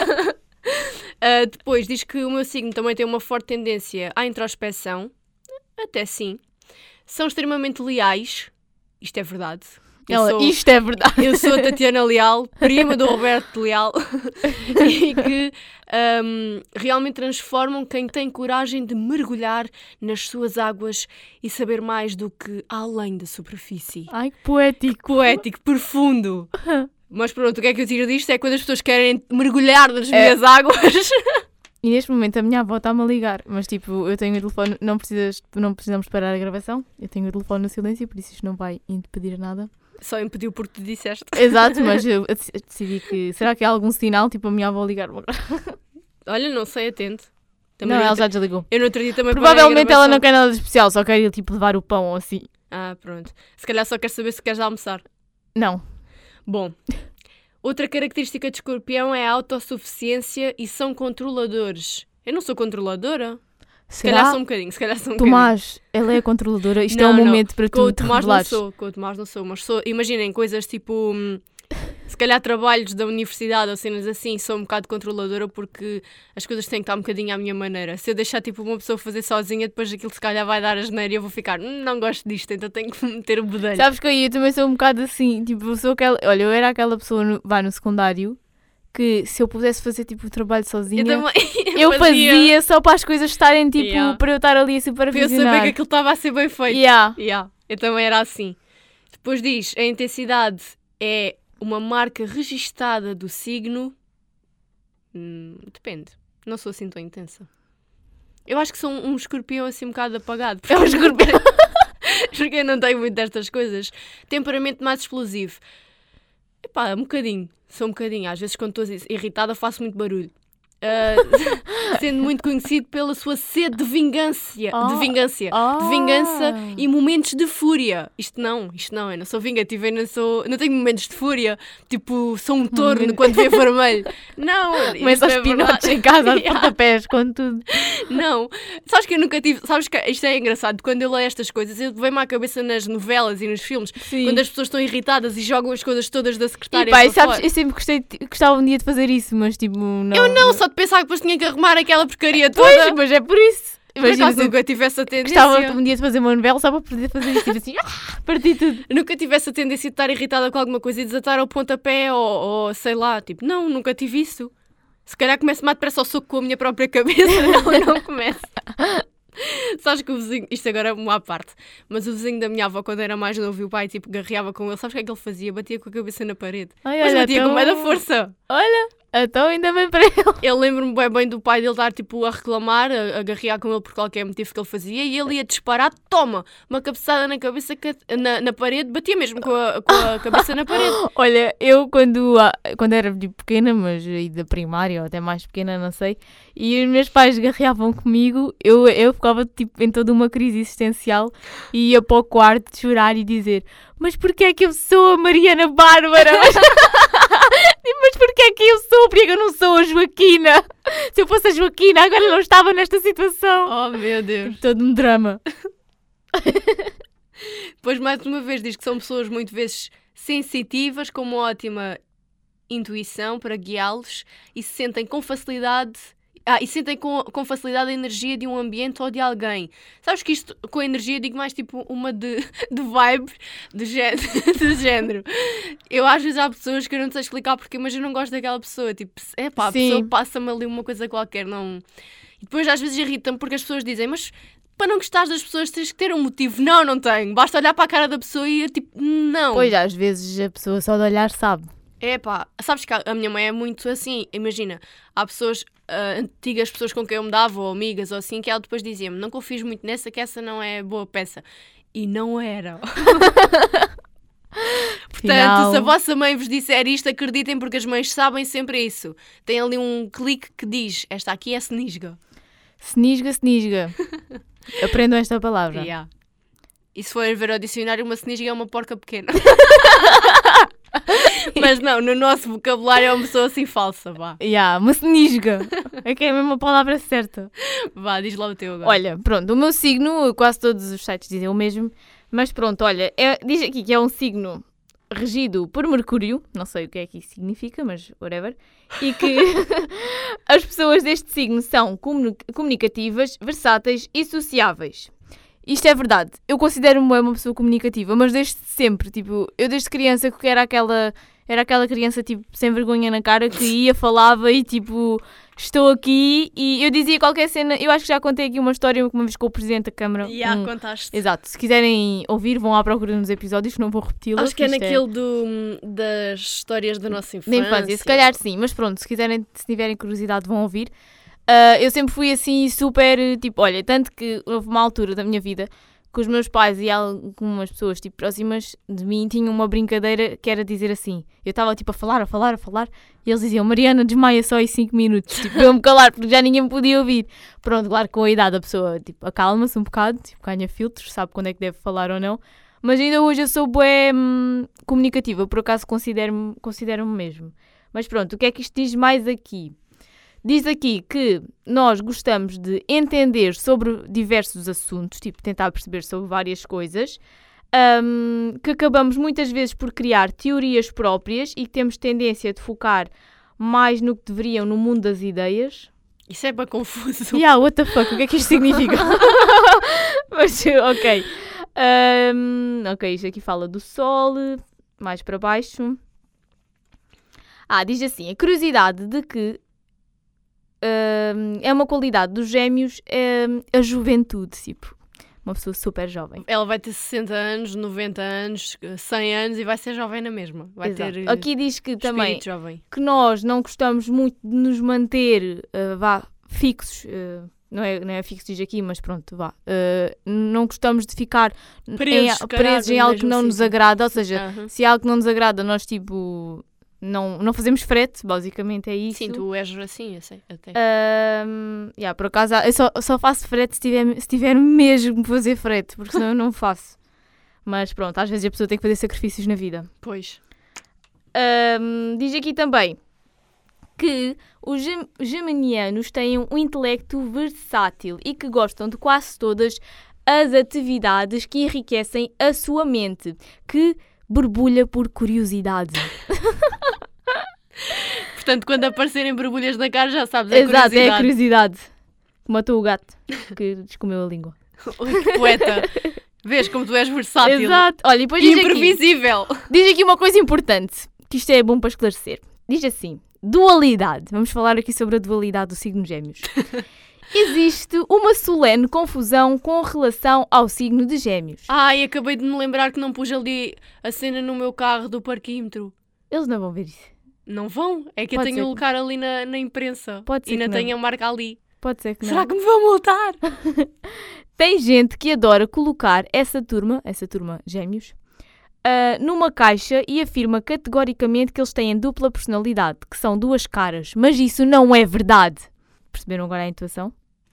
Ah, depois, diz que o meu signo também tem uma forte tendência à introspeção, até sim. São extremamente leais, isto é verdade. Eu Ela, sou- isto é verdade. Eu sou a Tatiana Leal, prima do Roberto Leal, e que hum, realmente transformam quem tem coragem de mergulhar nas suas águas e saber mais do que além da superfície. Ai, que poético. Poético, profundo. Mas pronto, o que é que eu tiro disto é quando as pessoas querem mergulhar nas É. minhas águas. E neste momento a minha avó está-me a ligar, mas tipo, eu tenho o telefone, não, precisas, não precisamos parar a gravação, eu tenho o telefone no silêncio, por isso isto não vai impedir nada. Só impediu porque te disseste. Exato, mas eu dec- decidi que, será que há algum sinal, tipo a minha avó ligar-me agora? Olha, não sei, atento. Também Não, no ela outro- já desligou. Eu no outro dia também parei a Provavelmente ela não gravação. quer nada de especial, só quer ir tipo levar o pão ou assim. Ah, pronto. Se calhar só quer saber se queres almoçar. Não. Bom, outra característica de escorpião é a autossuficiência e são controladores. Eu não sou controladora. Se calhar Será? sou um bocadinho, se calhar sou um bocadinho. Tomás, ela é a controladora, isto é Não, um não. momento para Com o tu te Tomás não revelares. sou, com o Tomás não sou, mas sou, imaginem coisas tipo, hum, se calhar trabalhos da universidade ou cenas assim, sou um bocado controladora porque as coisas têm que estar um bocadinho à minha maneira. Se eu deixar tipo uma pessoa fazer sozinha, depois aquilo se calhar vai dar asneira e eu vou ficar, "Hum, não gosto disto, então tenho que meter o bedelho." Sabes que eu, eu também sou um bocado assim, tipo, eu sou aquela, olha, eu era aquela pessoa, no, vai no secundário, que se eu pudesse fazer tipo o trabalho sozinha, Eu também eu fazia só para as coisas estarem tipo, Yeah. para eu estar ali a para eu supervisionar. saber que aquilo estava a ser bem feito. Yeah. Yeah, eu também era assim. Depois diz, a intensidade é uma marca registada do signo. Hum, depende. Não sou assim tão intensa. Eu acho que sou um, um escorpião assim um bocado apagado. É um escorpião. Porque eu não tenho muito destas coisas. Temperamento mais explosivo. Epá, um bocadinho. Sou um bocadinho. Às vezes quando estou irritada faço muito barulho. Ah, sendo muito conhecido pela sua sede de vingança, de Oh. vingança, de vingança e momentos de fúria. Isto não, isto não, eu não sou vingativa, eu não sou, não tenho momentos de fúria, tipo, sou um touro Momento- quando vê vermelho. Não, Começa isto aos é pinotes verdade. em casa, aos Yeah. pontapés, com tudo. Não, sabes que eu nunca tive, sabes que isto é engraçado, quando eu leio estas coisas, eu vem-me à cabeça nas novelas e nos filmes, Sim. quando as pessoas estão irritadas e jogam as coisas todas da secretária E pá, e para sabes, fora. eu sempre gostei, de- gostava um dia de fazer isso, mas tipo, não. Eu não, só de pensar que depois tinha que arrumar aquela porcaria toda. Pois, mas é por isso. Por Imagina acaso se eu nunca tive essa tendência. gostava um dia de fazer uma novela só para poder fazer isso, tipo assim, ah, partir tudo. Eu nunca tive essa tendência de estar irritada com alguma coisa e desatar ao pontapé ou, ou sei lá, tipo, não, nunca tive isso. Se calhar começo mais depressa ao soco com a minha própria cabeça. Não, não começo. Sabes que o vizinho, isto agora é uma à parte, mas o vizinho da minha avó, quando era mais novo e o pai tipo garreava com ele, sabes o que é que ele fazia? Batia com a cabeça na parede. Ai, Mas olha, batia com então- meio da força. Olha, então ainda bem para ele. Eu lembro-me bem, bem do pai dele estar tipo a reclamar, a, a garrear com ele por qualquer motivo que ele fazia e ele ia disparar, toma, uma cabeçada na cabeça, que- na, na parede, batia mesmo com a, com a cabeça na parede. Olha, eu quando, ah, quando era tipo, pequena, mas aí da primária ou até mais pequena, não sei, e os meus pais garreavam comigo, eu, eu ficava tipo em toda uma crise existencial e ia para o quarto chorar e dizer: mas porquê é que eu sou a Mariana Bárbara? Mas, mas porquê é que eu sou? Porque é que eu não sou a Joaquina? Se eu fosse a Joaquina, agora não estava nesta situação. Oh meu Deus. Todo um drama. Depois, mais uma vez, diz que são pessoas muito vezes sensitivas, com uma ótima intuição para guiá-los e se sentem com facilidade. Ah, e sentem com, com facilidade a energia de um ambiente ou de alguém. Sabes que isto, com a energia, digo mais tipo uma de, de vibe, de género, de género. Eu às vezes há pessoas que eu não sei explicar porque, mas eu não gosto daquela pessoa. Tipo, é pá, a Sim. pessoa passa-me ali uma coisa qualquer. Não... E depois às vezes irrita-me porque as pessoas dizem, mas para não gostares das pessoas tens que ter um motivo. Não, não tenho. Basta olhar para a cara da pessoa e eu tipo, não. Pois, às vezes a pessoa só de olhar sabe. É pá, sabes que a a minha mãe é muito assim, imagina, há pessoas, ah, antigas pessoas com quem eu me dava, ou amigas, ou assim, que ela depois dizia-me, não confies muito nessa, que essa não é boa peça. E não era. Portanto, Afinal, se a vossa mãe vos disser isto, acreditem, porque as mães sabem sempre isso. Tem ali um clique que diz, esta aqui é senisga. Senisga, senisga. Aprendam esta palavra. Yeah. E se for ver ao dicionário, uma senisga é uma porca pequena. Mas não, no nosso vocabulário é uma pessoa assim falsa, vá. Yeah, uma senisga. É que é a mesma palavra certa. Vá, diz lá o teu agora. Olha, pronto, o meu signo, quase todos os sites dizem o mesmo, mas pronto, olha, é, diz aqui que é um signo regido por Mercúrio, não sei o que é que isso significa, mas whatever, e que as pessoas deste signo são comuni- comunicativas, versáteis e sociáveis. Isto é verdade. Eu considero-me uma pessoa comunicativa, mas desde sempre, tipo, eu desde criança que era aquela, era aquela criança, tipo, sem vergonha na cara, que ia, falava e, tipo, estou aqui e eu dizia qualquer cena. Eu acho que já contei aqui uma história uma vez com o Presidente da Câmara. E yeah, um... contaste. Exato. Se quiserem ouvir, vão à procura nos episódios, não vou repeti-los. Acho que é isto naquele do, das histórias da nossa infância. Da infância, se calhar sim, mas pronto, se quiserem, se tiverem curiosidade, vão ouvir. Uh, eu sempre fui assim super, tipo, olha, tanto que houve uma altura da minha vida que os meus pais e algumas pessoas tipo, próximas de mim tinham uma brincadeira que era dizer assim, eu estava tipo a falar, a falar, a falar e eles diziam, Mariana, desmaia só em cinco minutos, tipo, eu me calar porque já ninguém me podia ouvir. Pronto, claro, com a idade a pessoa tipo, acalma-se um bocado, tipo, ganha filtros, sabe quando é que deve falar ou não, mas ainda hoje eu sou bué hum, comunicativa, por acaso considero-me, considero-me mesmo. Mas pronto, o que é que isto diz mais aqui? Diz aqui que nós gostamos de entender sobre diversos assuntos, tipo tentar perceber sobre várias coisas, um, que acabamos muitas vezes por criar teorias próprias e que temos tendência de focar mais no que deveriam no mundo das ideias. Isso é para confuso. Yeah, what the fuck, o que é que isto significa? Mas, ok. Um, ok, isto aqui fala do Sol, mais para baixo. Ah, diz assim, a curiosidade de que Uh, é uma qualidade dos gêmeos, é a juventude, tipo, uma pessoa super jovem. Ela vai ter sessenta anos, noventa anos, cem anos e vai ser jovem na mesma. Vai Exato. ter Aqui diz que também jovem. Que nós não gostamos muito de nos manter uh, vá, fixos, uh, não, é, não é fixo diz aqui, mas pronto, vá. Uh, não gostamos de ficar presos, em, presos em algo que não nos agrada, ou seja, uh-huh. se há algo que não nos agrada, nós tipo... Não, não fazemos frete, basicamente é isso. Sim, tu és assim, eu sei, até. Um, yeah, por acaso, eu só, só faço frete se tiver, se tiver mesmo que fazer frete, porque senão eu não faço. Mas pronto, às vezes a pessoa tem que fazer sacrifícios na vida. Pois. Um, diz aqui também que os gem- geminianos têm um intelecto versátil e que gostam de quase todas as atividades que enriquecem a sua mente, que borbulha por curiosidade. Portanto, quando aparecerem borbulhas na cara, já sabes, é Exato, curiosidade. é a curiosidade. Matou o gato que descomeu a língua. Que poeta. Vês como tu és versátil. Exato. Olha, e depois diz aqui, imprevisível. diz aqui uma coisa importante, que isto é bom para esclarecer. Diz assim, dualidade. Vamos falar aqui sobre a dualidade do signo Gêmeos. Existe uma solene confusão com relação ao signo de Gêmeos. Ai, acabei de me lembrar que não pus ali a cena no meu carro do parquímetro. Eles não vão ver isso. Não vão? É que Pode eu tenho ser um que- lugar ali na, na imprensa. Pode ser e que ainda não. tenho a marca ali. Pode ser que não. Será que me vão multar? Tem gente que adora colocar essa turma, essa turma Gêmeos, uh, numa caixa e afirma categoricamente que eles têm dupla personalidade, que são duas caras. Mas isso não é verdade. Perceberam agora a intuação?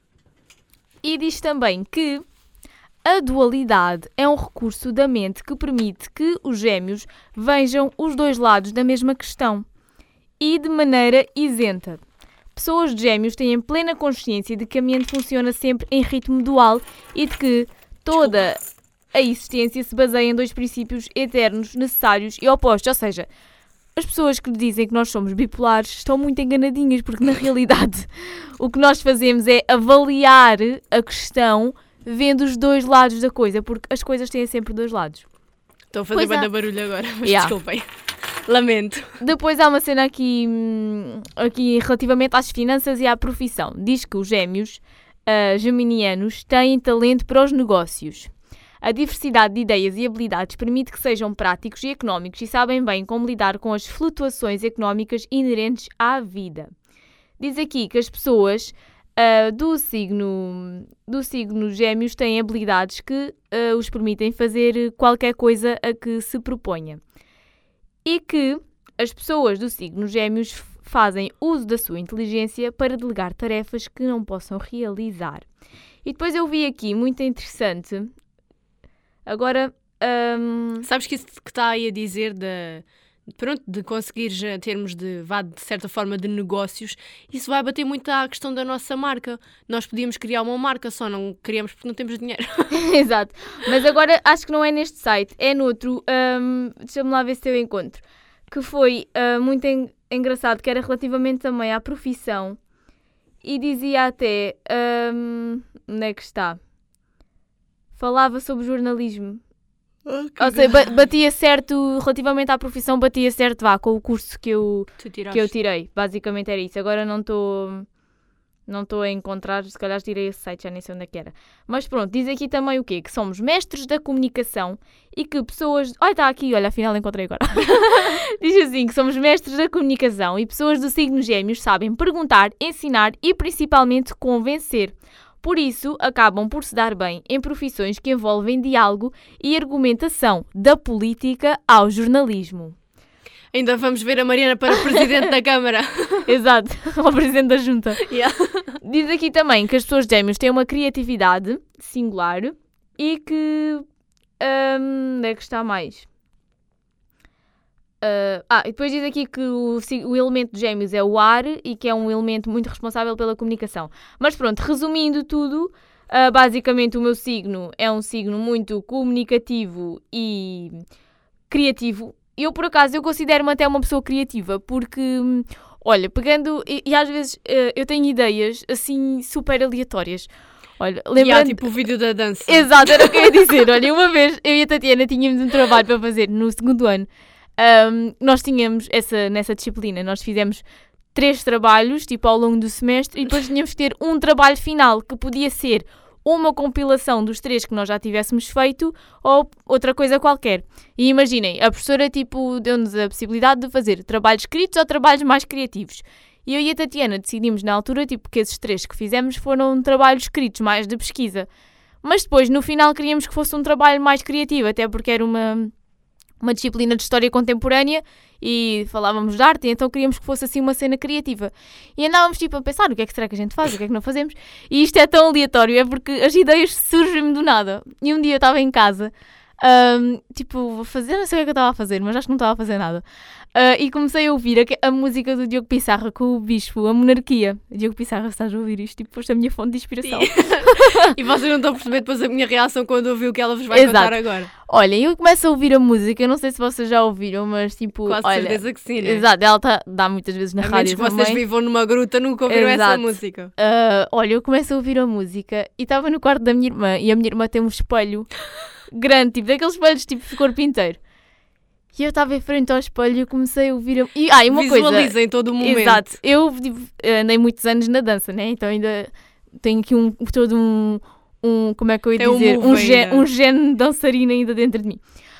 E diz também que a dualidade é um recurso da mente que permite que os gêmeos vejam os dois lados da mesma questão e de maneira isenta. Pessoas de gêmeos têm plena consciência de que a mente funciona sempre em ritmo dual e de que toda a existência se baseia em dois princípios eternos, necessários e opostos. Ou seja, as pessoas que dizem que nós somos bipolares estão muito enganadinhas, porque na realidade o que nós fazemos é avaliar a questão vendo os dois lados da coisa, porque as coisas têm sempre dois lados. Estou a fazer Pois banda há. barulho agora, mas Yeah. desculpem. Lamento. Depois há uma cena aqui, hum, aqui relativamente às finanças e à profissão. Diz que os gêmeos uh, geminianos têm talento para os negócios. A diversidade de ideias e habilidades permite que sejam práticos e económicos e sabem bem como lidar com as flutuações económicas inerentes à vida. Diz aqui que as pessoas uh, do, signo, do signo Gêmeos têm habilidades que uh, os permitem fazer qualquer coisa a que se proponha. E que as pessoas do signo Gêmeos fazem uso da sua inteligência para delegar tarefas que não possam realizar. E depois eu vi aqui, muito interessante, agora... Um... Sabes que isso que está aí a dizer de, pronto, de conseguires termos de, vá, de certa forma de negócios, isso vai bater muito à questão da nossa marca. Nós podíamos criar uma marca, só não criamos porque não temos dinheiro. Exato, mas agora acho que não é neste site, é noutro, um, deixa-me lá ver se eu encontro, que foi uh, muito en- engraçado, que era relativamente também à profissão, e dizia até, um, onde é que está? Falava sobre jornalismo. Oh, Ou seja, ba- batia certo, relativamente à profissão, batia certo, vá, com o curso que eu, que eu tirei. Basicamente era isso. Agora não estou não estou a encontrar, se calhar tirei esse site, já nem sei onde é que era. Mas pronto, diz aqui também o quê? Que somos mestres da comunicação e que pessoas... Olha, está aqui, olha, afinal encontrei agora. Diz assim, que somos mestres da comunicação e pessoas do signo Gêmeos sabem perguntar, ensinar e principalmente convencer. Por isso, acabam por se dar bem em profissões que envolvem diálogo e argumentação, da política ao jornalismo. Ainda vamos ver a Mariana para Presidente da Câmara. Exato, ao Presidente da Junta. Yeah. Diz aqui também que as pessoas de Gêmeos têm uma criatividade singular e que... Um, onde é que está mais? Uh, ah, e depois diz aqui que o, o elemento de Gêmeos é o ar e que é um elemento muito responsável pela comunicação. Mas pronto, resumindo tudo, uh, basicamente o meu signo é um signo muito comunicativo e criativo. Eu, por acaso, eu considero-me até uma pessoa criativa, porque, olha, pegando... E, e às vezes uh, eu tenho ideias, assim, super aleatórias. Olha, lembrando... Yeah, tipo o vídeo da dança. Exato, era o que eu ia dizer. Olha, uma vez eu e a Tatiana tínhamos um trabalho para fazer no segundo ano. Um, nós tínhamos, essa, nessa disciplina, nós fizemos três trabalhos, tipo, ao longo do semestre, e depois tínhamos que ter um trabalho final, que podia ser uma compilação dos três que nós já tivéssemos feito, ou outra coisa qualquer. E imaginem, a professora, tipo, deu-nos a possibilidade de fazer trabalhos escritos ou trabalhos mais criativos. E eu e a Tatiana decidimos na altura, tipo, que esses três que fizemos foram trabalhos escritos, mais de pesquisa. Mas depois, no final, queríamos que fosse um trabalho mais criativo, até porque era uma... uma disciplina de história contemporânea e falávamos de arte, e então queríamos que fosse assim uma cena criativa. E andávamos tipo a pensar, o que é que será que a gente faz, o que é que não fazemos? E isto é tão aleatório, é porque as ideias surgem-me do nada. E um dia eu estava em casa, um, tipo, a fazer, não sei o que é que eu estava a fazer, mas acho que não estava a fazer nada. Uh, e comecei a ouvir a, a música do Diogo Pissarra com o Bispo, a Monarquia. Diogo Pissarra, se estás a ouvir isto, tipo, foste a minha fonte de inspiração. E vocês não estão a perceber depois a minha reação quando ouvi o que ela vos vai Exato. contar agora. Olhem, eu começo a ouvir a música, eu não sei se vocês já ouviram, mas tipo... Quase olha, certeza que sim, né? Exato, ela tá, dá muitas vezes na a rádio menos que também. vocês vivam numa gruta, nunca ouviram Exato. essa música. Uh, olha, eu começo a ouvir a música e estava no quarto da minha irmã e a minha irmã tem um espelho grande, tipo, daqueles espelhos tipo de corpo inteiro. E eu estava em frente ao espelho e eu comecei a ouvir a... E, ah, e uma Visualiza coisa... em todo o momento. Exato. Eu tipo, andei muitos anos na dança, né? Então ainda tenho aqui um, todo um... um como é que eu ia Tem dizer? um Um, move gen, ainda. um gene dançarina ainda dentro de mim.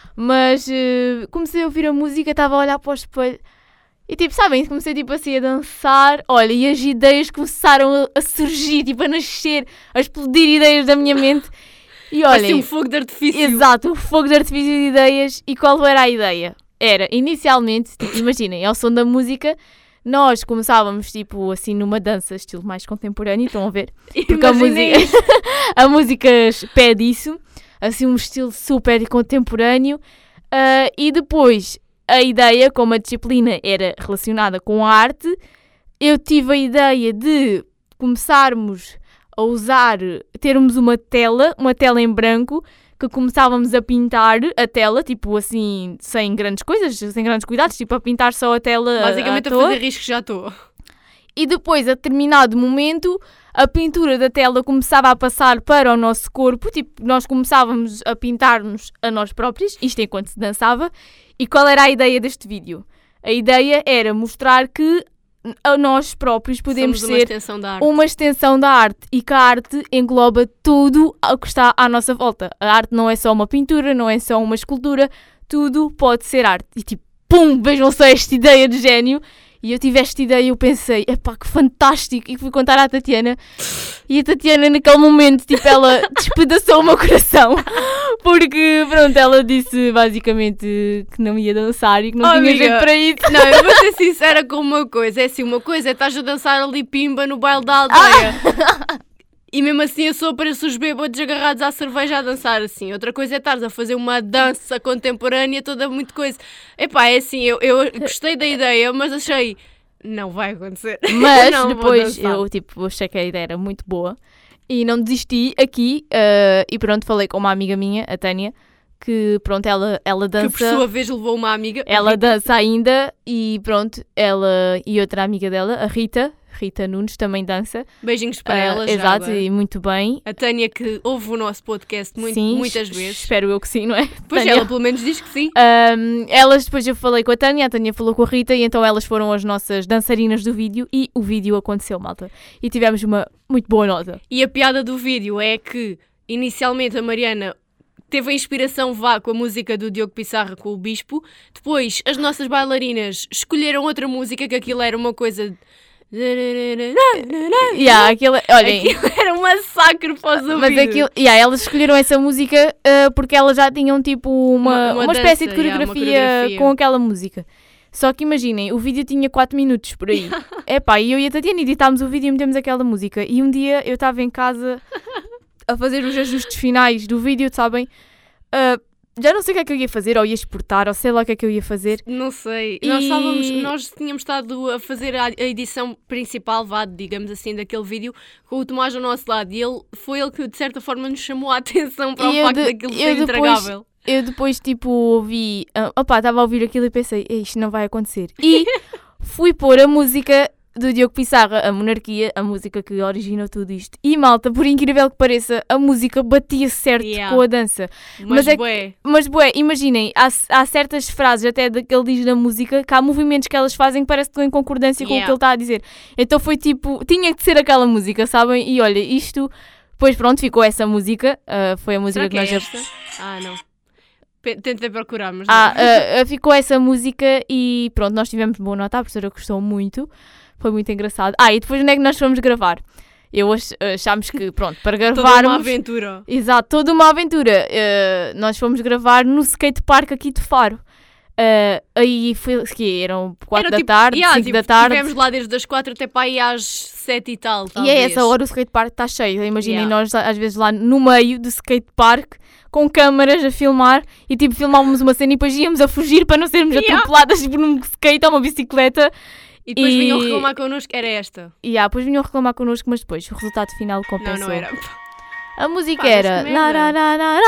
Mas uh, comecei a ouvir a música, estava a olhar para o espelho e tipo, sabem, comecei tipo assim a dançar. Olha, e as ideias começaram a, a surgir, tipo a nascer, a explodir ideias da minha mente. E olhem, Parecia um fogo de artifício. exato, um fogo de artifício de ideias. E qual era a ideia? Era, inicialmente, tipo, imaginem, ao som da música, nós começávamos, tipo, assim, numa dança, estilo mais contemporâneo, estão a ver? Porque a Imaginem música, a música pede isso, assim, um estilo super contemporâneo. Uh, e depois, a ideia, como a disciplina era relacionada com a arte, eu tive a ideia de começarmos a usar, termos uma tela, uma tela em branco, que começávamos a pintar a tela, tipo assim, sem grandes coisas, sem grandes cuidados, tipo a pintar só a tela Basicamente à a toa. fazer risco já estou. E depois, a determinado momento, a pintura da tela começava a passar para o nosso corpo, tipo, nós começávamos a pintar-nos a nós próprios, isto enquanto se dançava. E qual era a ideia deste vídeo? A ideia era mostrar que a nós próprios podemos Somos uma ser extensão da arte. uma extensão da arte e que a arte engloba tudo o que está à nossa volta. A arte não é só uma pintura, não é só uma escultura, tudo pode ser arte. E tipo, pum, vejam só esta ideia de gênio. E eu tive esta ideia e eu pensei, epá, que fantástico. E fui contar à Tatiana. E a Tatiana, naquele momento, tipo, ela despedaçou o meu coração. Porque, pronto, ela disse basicamente que não ia dançar e que não Oh, tinha amiga, jeito para isso. Não, eu vou ser sincera com uma coisa. É assim, uma coisa é estás a dançar ali pimba no baile da aldeia. E mesmo assim eu sou apareço os bêbados agarrados à cerveja a dançar assim. Outra coisa é estares a fazer uma dança contemporânea toda muito coisa. Epá, é assim, eu, eu gostei da ideia, mas achei... Não vai acontecer. Mas Não vou depois dançar. eu, tipo, achei que a ideia era muito boa. E não desisti aqui. eh, e pronto, falei com uma amiga minha, a Tânia, que pronto, ela, ela dança. Que por sua vez levou uma amiga. Ela dança ainda e pronto, ela e outra amiga dela, a Rita, Rita Nunes, também dança. Beijinhos para Ah, ela já exato, agora. e muito bem. A Tânia que ouve o nosso podcast muito, Sim, muitas es- vezes. Espero eu que sim, não é? Pois Tânia? ela pelo menos diz que sim. Ahm, elas, depois eu falei com a Tânia, a Tânia falou com a Rita e então elas foram as nossas dançarinas do vídeo e o vídeo aconteceu, malta. E tivemos uma muito boa nota. E a piada do vídeo é que inicialmente a Mariana teve a inspiração vá com a música do Diogo Pissarra com o Bispo. Depois as nossas bailarinas escolheram outra música, que aquilo era uma coisa... Yeah, aquilo, olhem, Aquilo era um massacre para os ouvidos. mas aquilo, yeah, elas escolheram essa música ah, porque elas já tinham tipo uma, Uma- uma uma, espécie dança, de yeah, uma coreografia, coreografia. com aquela música. Só que imaginem, o vídeo tinha quatro minutos por aí. Epá, e eu e a Tatiana editámos o vídeo e metemos aquela música. E um dia eu estava em casa a fazer os ajustes finais do vídeo, sabem? Ah, já não sei o que é que eu ia fazer, ou ia exportar, ou sei lá o que é que eu ia fazer. Não sei. E- Nós, estávamos, nós tínhamos estado a fazer a a edição principal, vá, digamos assim, daquele vídeo com o Tomás ao nosso lado. E ele foi ele que, de certa forma, nos chamou a atenção para E o eu facto de- daquilo eu ser depois- intragável. Eu depois, tipo, ouvi... ah, opá, estava a ouvir aquilo e pensei, "Ei, isto não vai acontecer." E fui pôr a música do Diogo Pissarra, a Monarquia, a música que originou tudo isto. E, malta, por incrível que pareça, a música batia certo Yeah. com a dança. Mas, Mas é que- bué, Mas, bué, imaginem, há, há certas frases até daquele diz na música que há movimentos que elas fazem que parece que estão em concordância com o Yeah. que ele está a dizer. Então foi tipo, tinha que ser aquela música, sabem? E olha, isto, depois pronto, ficou essa música, ah, foi a música será que, que é nós... esta? Ah, não. Pe- Tentei procurar, mas não. Ah, ah, ah, ficou essa música e pronto, nós tivemos boa nota, a professora gostou muito, foi muito engraçado. Ah, e depois onde é que nós fomos gravar? Eu ach- achámos que, pronto, para Toda gravarmos... uma aventura. Exato, toda uma aventura. Uh, nós fomos gravar no skatepark aqui de Faro. Uh, aí foi, que eram quatro Era da tipo- tarde, yeah, cinco tipo, da tarde. Estivemos lá desde as quatro até para aí às sete e tal, E talvez. a essa hora o skatepark está cheio. Imaginem Yeah. nós às vezes lá no meio do skatepark com câmaras a filmar e tipo filmávamos uma cena e depois íamos a fugir para não sermos Yeah. atropeladas por um skate ou uma bicicleta. E depois E- vinham reclamar connosco que era esta. E yeah, depois vinham reclamar connosco, mas depois o resultado final Não, compensou. não era. A música Pá, mas era. que merda.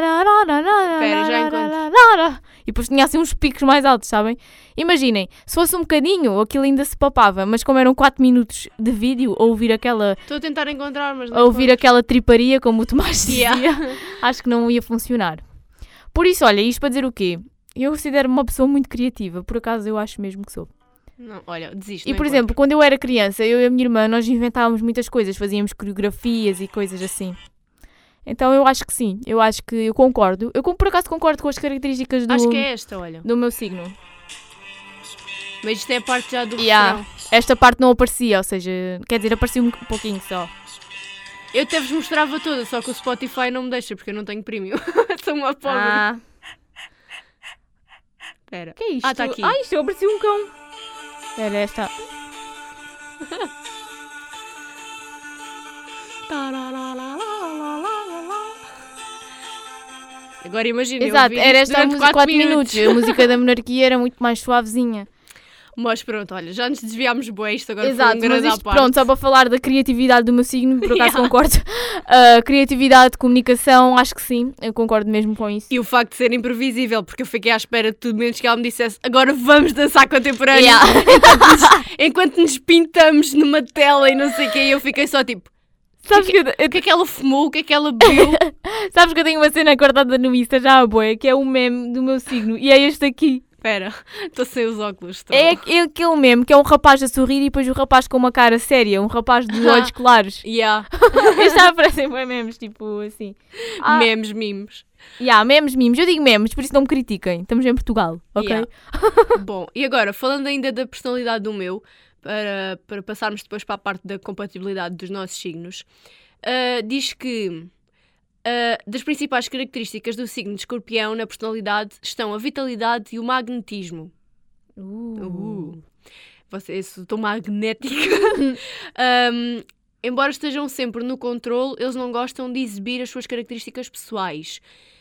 Espera, já encontro. E depois tinha assim uns picos mais altos, sabem? Imaginem, se fosse um bocadinho, aquilo ainda se papava, mas como eram quatro minutos de vídeo, a ouvir aquela, Estou a tentar encontrar, mas não a ouvir encontro. aquela triparia, como o Tomás dizia, Yeah. acho que não ia funcionar. Por isso, olha, isto para dizer o quê? Eu considero-me uma pessoa muito criativa, por acaso eu acho mesmo que sou. Não, olha, desisto. E não por encontro. exemplo, quando eu era criança, eu e a minha irmã, nós inventávamos muitas coisas, fazíamos coreografias e coisas assim. Então eu acho que sim, eu acho que eu concordo. Eu por acaso concordo com as características do, Acho que é esta, olha. do meu signo. Mas isto é a parte já do Yeah. refrão. Esta parte não aparecia, ou seja, quer dizer, aparecia um pouquinho só. Eu até vos mostrava toda, só que o Spotify não me deixa porque eu não tenho premium. Sou uma pobre. Ah, Espera. que é isto? Ah, tá aqui. Ah, isto apareceu um cão. Era esta. Agora imagina, eu Exato, ouvi era isto esta a durante música quatro quatro minutos. A música da monarquia era muito mais suavezinha. Mas pronto, olha, já nos desviámos bué, isto agora Exato, foi um mas grande à isto, parte. pronto, só para falar da criatividade do meu signo, por acaso Yeah. concordo. Uh, criatividade, comunicação, acho que sim, eu concordo mesmo com isso. E o facto de ser imprevisível, porque eu fiquei à espera de tudo menos que ela me dissesse agora vamos dançar contemporâneo, Yeah. enquanto, nos, enquanto nos pintamos numa tela e não sei o quê, e eu fiquei só tipo, Sabes que, eu, eu- o que é que ela fumou, o que é que ela bebeu? sabes que eu tenho uma cena guardada no Insta já a boia, que é o meme do meu signo, e é este aqui. Espera, estou sem os óculos. Estou. É aqu- é aquele meme que é um rapaz a sorrir e depois o rapaz com uma cara séria, um rapaz de olhos claros. Yeah. Estes já aparecem bem memes, tipo assim. Ah, Memes, mimos. E há memes, mimos. Eu digo memes, por isso não me critiquem. Estamos em Portugal, ok? Yeah. Bom, e agora, falando ainda da personalidade do meu, para, para passarmos depois para a parte da compatibilidade dos nossos signos, uh, diz que uh, das principais características do signo de Escorpião na personalidade estão a vitalidade e o magnetismo. Uh. Uh. Você, estou magnética. um, embora estejam sempre no controle, eles não gostam de exibir as suas características pessoais.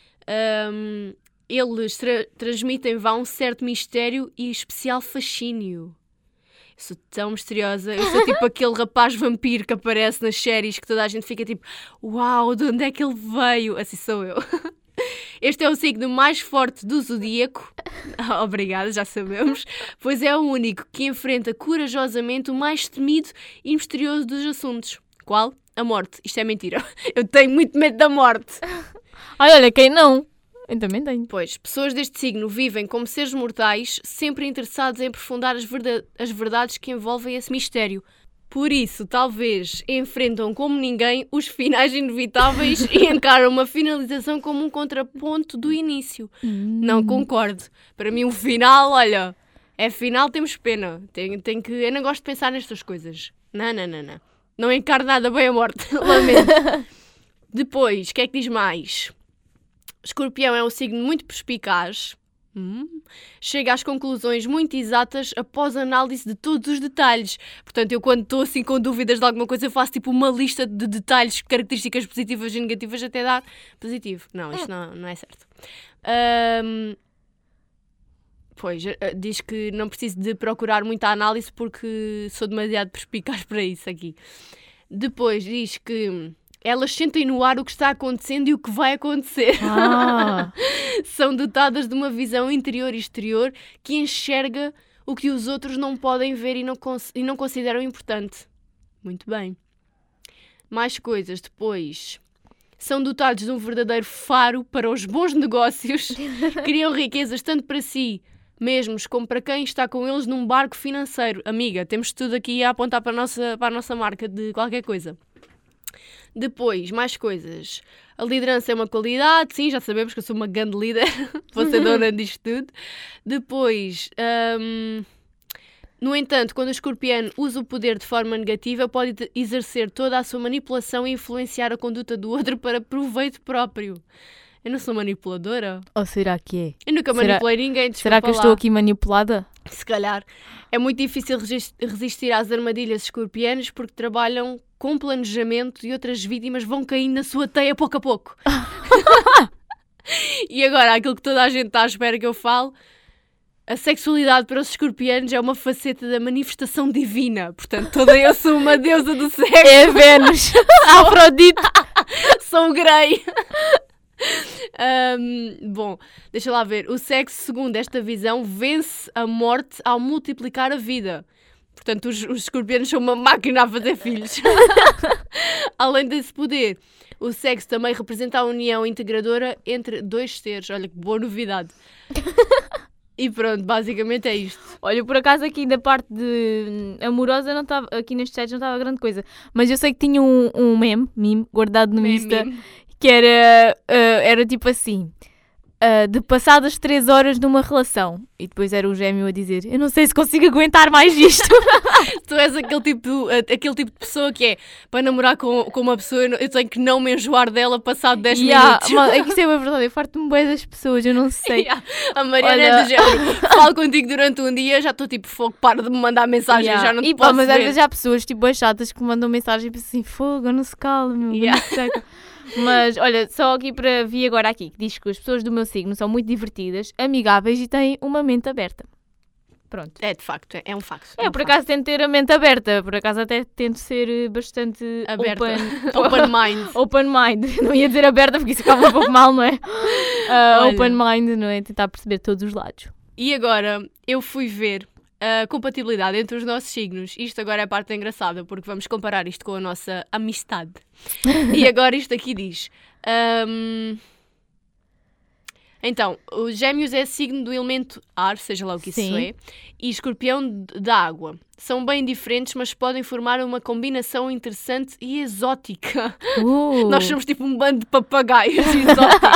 Um, eles tra- transmitem vá um certo mistério e especial fascínio. Eu sou tão misteriosa. Eu sou tipo aquele rapaz vampiro que aparece nas séries que toda a gente fica tipo, uau, de onde é que ele veio? Assim sou eu. Este é o signo mais forte do zodíaco. Obrigada, já sabemos. Pois é o único que enfrenta corajosamente o mais temido e misterioso dos assuntos. Qual? A morte. Isto é mentira. Eu tenho muito medo da morte. Ai, olha, quem não? Eu também tenho. Pois, pessoas deste signo vivem como seres mortais, sempre interessados em aprofundar as, verda- as verdades que envolvem esse mistério. Por isso, talvez enfrentam como ninguém os finais inevitáveis e encaram uma finalização como um contraponto do início. Hum. Não concordo. Para mim, o final, olha, é final, temos pena. Tem, tem que, eu não gosto de pensar nestas coisas. Não, não, não, não. Não encaro nada bem a morte. Lamento. Depois, o que é que diz mais? Escorpião é um signo muito perspicaz. Hum. Chega às conclusões muito exatas após análise de todos os detalhes. Portanto, eu quando estou assim com dúvidas de alguma coisa, eu faço tipo uma lista de detalhes, características positivas e negativas até dar positivo. Não, isto não, não é certo. Um, pois, diz que não preciso de procurar muita análise porque sou demasiado perspicaz para isso aqui. Depois diz que elas sentem no ar o que está acontecendo e o que vai acontecer. Ah. São dotadas de uma visão interior e exterior que enxerga o que os outros não podem ver e não, cons- e não consideram importante. Muito bem. Mais coisas depois. São dotados de um verdadeiro faro para os bons negócios. Criam riquezas tanto para si mesmos como para quem está com eles num barco financeiro. Amiga, temos tudo aqui a apontar para a nossa, para a nossa marca de qualquer coisa. Depois, mais coisas. A liderança é uma qualidade, sim, já sabemos que eu sou uma grande líder, vou ser dona disto tudo. Depois, hum, no entanto, quando o escorpiano usa o poder de forma negativa, pode exercer toda a sua manipulação e influenciar a conduta do outro para proveito próprio. Eu não sou manipuladora? Ou será que é? Eu nunca Será- manipulei ninguém, desculpa Será que eu lá. estou aqui manipulada? Se calhar. É muito difícil regis- resistir às armadilhas escorpianas porque trabalham com planejamento e outras vítimas vão caindo na sua teia pouco a pouco. E agora, aquilo que toda a gente está à espera que eu fale, a sexualidade para os escorpianos é uma faceta da manifestação divina. Portanto, toda eu sou uma deusa do sexo. É a Vênus. A Afrodite. Sou o Grey. Um, bom, deixa lá ver. O sexo, segundo esta visão, vence a morte ao multiplicar a vida. Portanto, os, os escorpianos são uma máquina a fazer filhos. Além desse poder, o sexo também representa a união integradora entre dois seres. Olha que boa novidade. E pronto, basicamente é isto. Olha, por acaso aqui da parte de amorosa, não estava, aqui neste chat não estava grande coisa. Mas eu sei que tinha um, um meme, meme guardado no Meme, Insta, meme. que era, uh, era tipo assim, uh, de passadas três horas numa relação. E depois era o gêmeo a dizer, eu não sei se consigo aguentar mais isto. Tu és aquele tipo, aquele tipo de pessoa que é, para namorar com, com uma pessoa, eu não- eu tenho que não me enjoar dela passado dez Yeah, minutos. mas é que isso é uma verdade, eu farto-me bem das pessoas, eu não sei. Yeah. A Mariana Olha- é do género. Falo contigo durante um dia, já estou tipo, fogo, para de me mandar mensagem, Yeah. já não te E pá, posso mas ver. às vezes há pessoas tipo as chatas que mandam mensagem e pensam assim, fogo, não se cala, meu, Yeah. não se seca. Mas olha, só aqui para vir agora aqui, que diz que as pessoas do meu signo são muito divertidas, amigáveis e têm uma mente aberta. Pronto. É, de facto, é, é um facto. É, um por facto. acaso tento ter a mente aberta, por acaso até tento ser eh, bastante Aberta. open, Open mind. open mind. Não ia dizer aberta porque isso acaba um pouco mal, não é? Ah, Olha. open mind, não é? Tentar perceber todos os lados. E agora, eu fui ver a compatibilidade entre os nossos signos. Isto agora é a parte engraçada, porque vamos comparar isto com a nossa amistade. E agora isto aqui diz... hum, Então, o Gêmeos é signo do elemento ar, seja lá o que isso Sim. é, e Escorpião d- da água. São bem diferentes, mas podem formar uma combinação interessante e exótica. Uh. Nós somos tipo um bando de papagaios exóticos.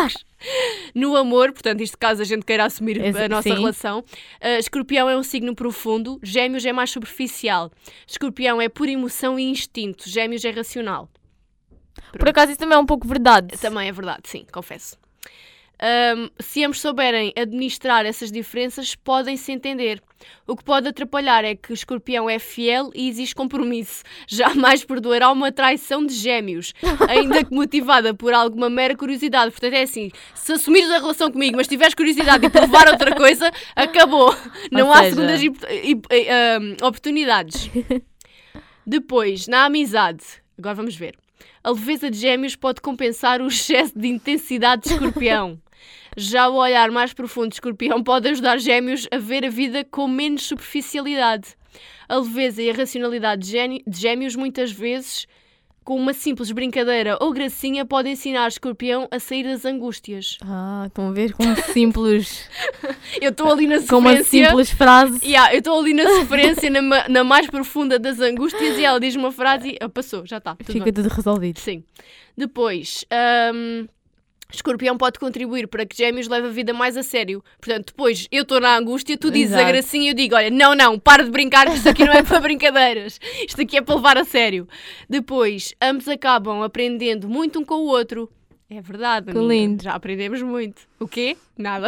No amor, portanto, isto caso a gente queira assumir Esse- a nossa sim. relação, uh, Escorpião é um signo profundo, Gêmeos é mais superficial. Escorpião é pura emoção e instinto, Gêmeos é racional. Por acaso isso também é um pouco verdade. Também é verdade, sim, confesso. Um, se ambos souberem administrar essas diferenças, podem-se entender. O que pode atrapalhar é que o Escorpião é fiel e exige compromisso. Jamais perdoará uma traição de Gêmeos, ainda que motivada por alguma mera curiosidade. Portanto, é assim, se assumires a relação comigo, mas tiveres curiosidade e provar outra coisa, acabou. Não há seja- segundas hip- hip- eh, um, oportunidades. Depois, na amizade, agora vamos ver. A leveza de Gêmeos pode compensar o excesso de intensidade de Escorpião. Já o olhar mais profundo de Escorpião pode ajudar Gêmeos a ver a vida com menos superficialidade. A leveza e a racionalidade de Gêni- de Gêmeos, muitas vezes, com uma simples brincadeira ou gracinha, podem ensinar Escorpião a sair das angústias. Ah, estão a ver com um simples, Eu estou ali na com uma sofrência... simples frase. Yeah, eu estou ali na sofrência, na, ma- na mais profunda das angústias, e ela diz uma frase e ah, passou, já está. tudo Fica bem. tudo resolvido. Sim. Depois, hum, Escorpião pode contribuir para que Gêmeos leve a vida mais a sério. Portanto, depois eu estou na angústia, tu dizes a Exato. gracinha e eu digo, olha, não, não, para de brincar, que isto aqui não é para brincadeiras. Isto aqui é para levar a sério. Depois, ambos acabam aprendendo muito um com o outro. É verdade, Que amiga. lindo. Já aprendemos muito. O quê? Nada.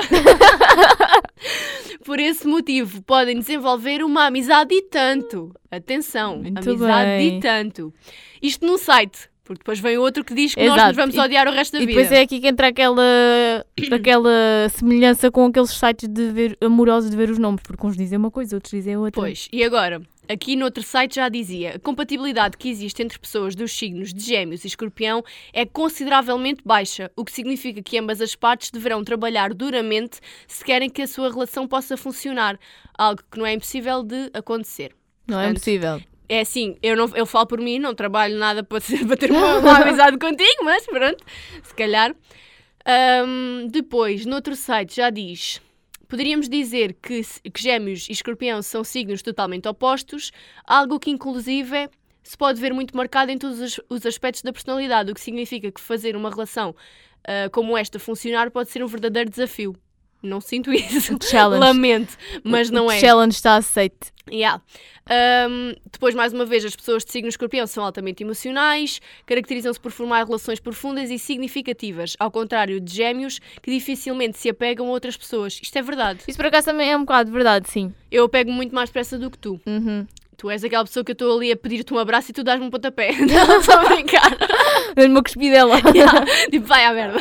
Por esse motivo, podem desenvolver uma amizade e tanto. Atenção, Muito amizade bem. e tanto. Isto num site, porque depois vem outro que diz que nós Exato. nos vamos E- odiar o resto da E vida. depois é aqui que entra aquela, aquela semelhança com aqueles sites de ver, amorosos de ver os nomes, porque uns dizem uma coisa, outros dizem outra. Pois, e agora? Aqui no outro site já dizia, a compatibilidade que existe entre pessoas dos signos de Gêmeos e Escorpião é consideravelmente baixa, o que significa que ambas as partes deverão trabalhar duramente se querem que a sua relação possa funcionar, algo que não é impossível de acontecer. Não é Portanto, impossível. É assim, eu, não, eu falo por mim, não trabalho nada para, ser- para ter uma, uma amizade contigo, mas pronto, se calhar. Ahm, depois, noutro site já diz, poderíamos dizer que, se- que Gêmeos e Escorpião são signos totalmente opostos, algo que inclusive se pode ver muito marcado em todos os, os aspectos da personalidade, o que significa que fazer uma relação ah, como esta funcionar pode ser um verdadeiro desafio. Não sinto isso, Challenge. lamento, mas não o é. challenge está aceite. Yeah. Um, depois, mais uma vez, as pessoas de signo escorpião são altamente emocionais, caracterizam-se por formar relações profundas e significativas, ao contrário de Gêmeos, que dificilmente se apegam a outras pessoas. Isto é verdade. Isso por acaso também é um bocado verdade, sim. Eu apego muito mais depressa do que tu. Uhum. Tu és aquela pessoa que eu estou ali a pedir-te um abraço e tu dás-me um pontapé. Não, estou a brincar. Dei-lhe uma cuspidela. Yeah. Tipo, vai à merda.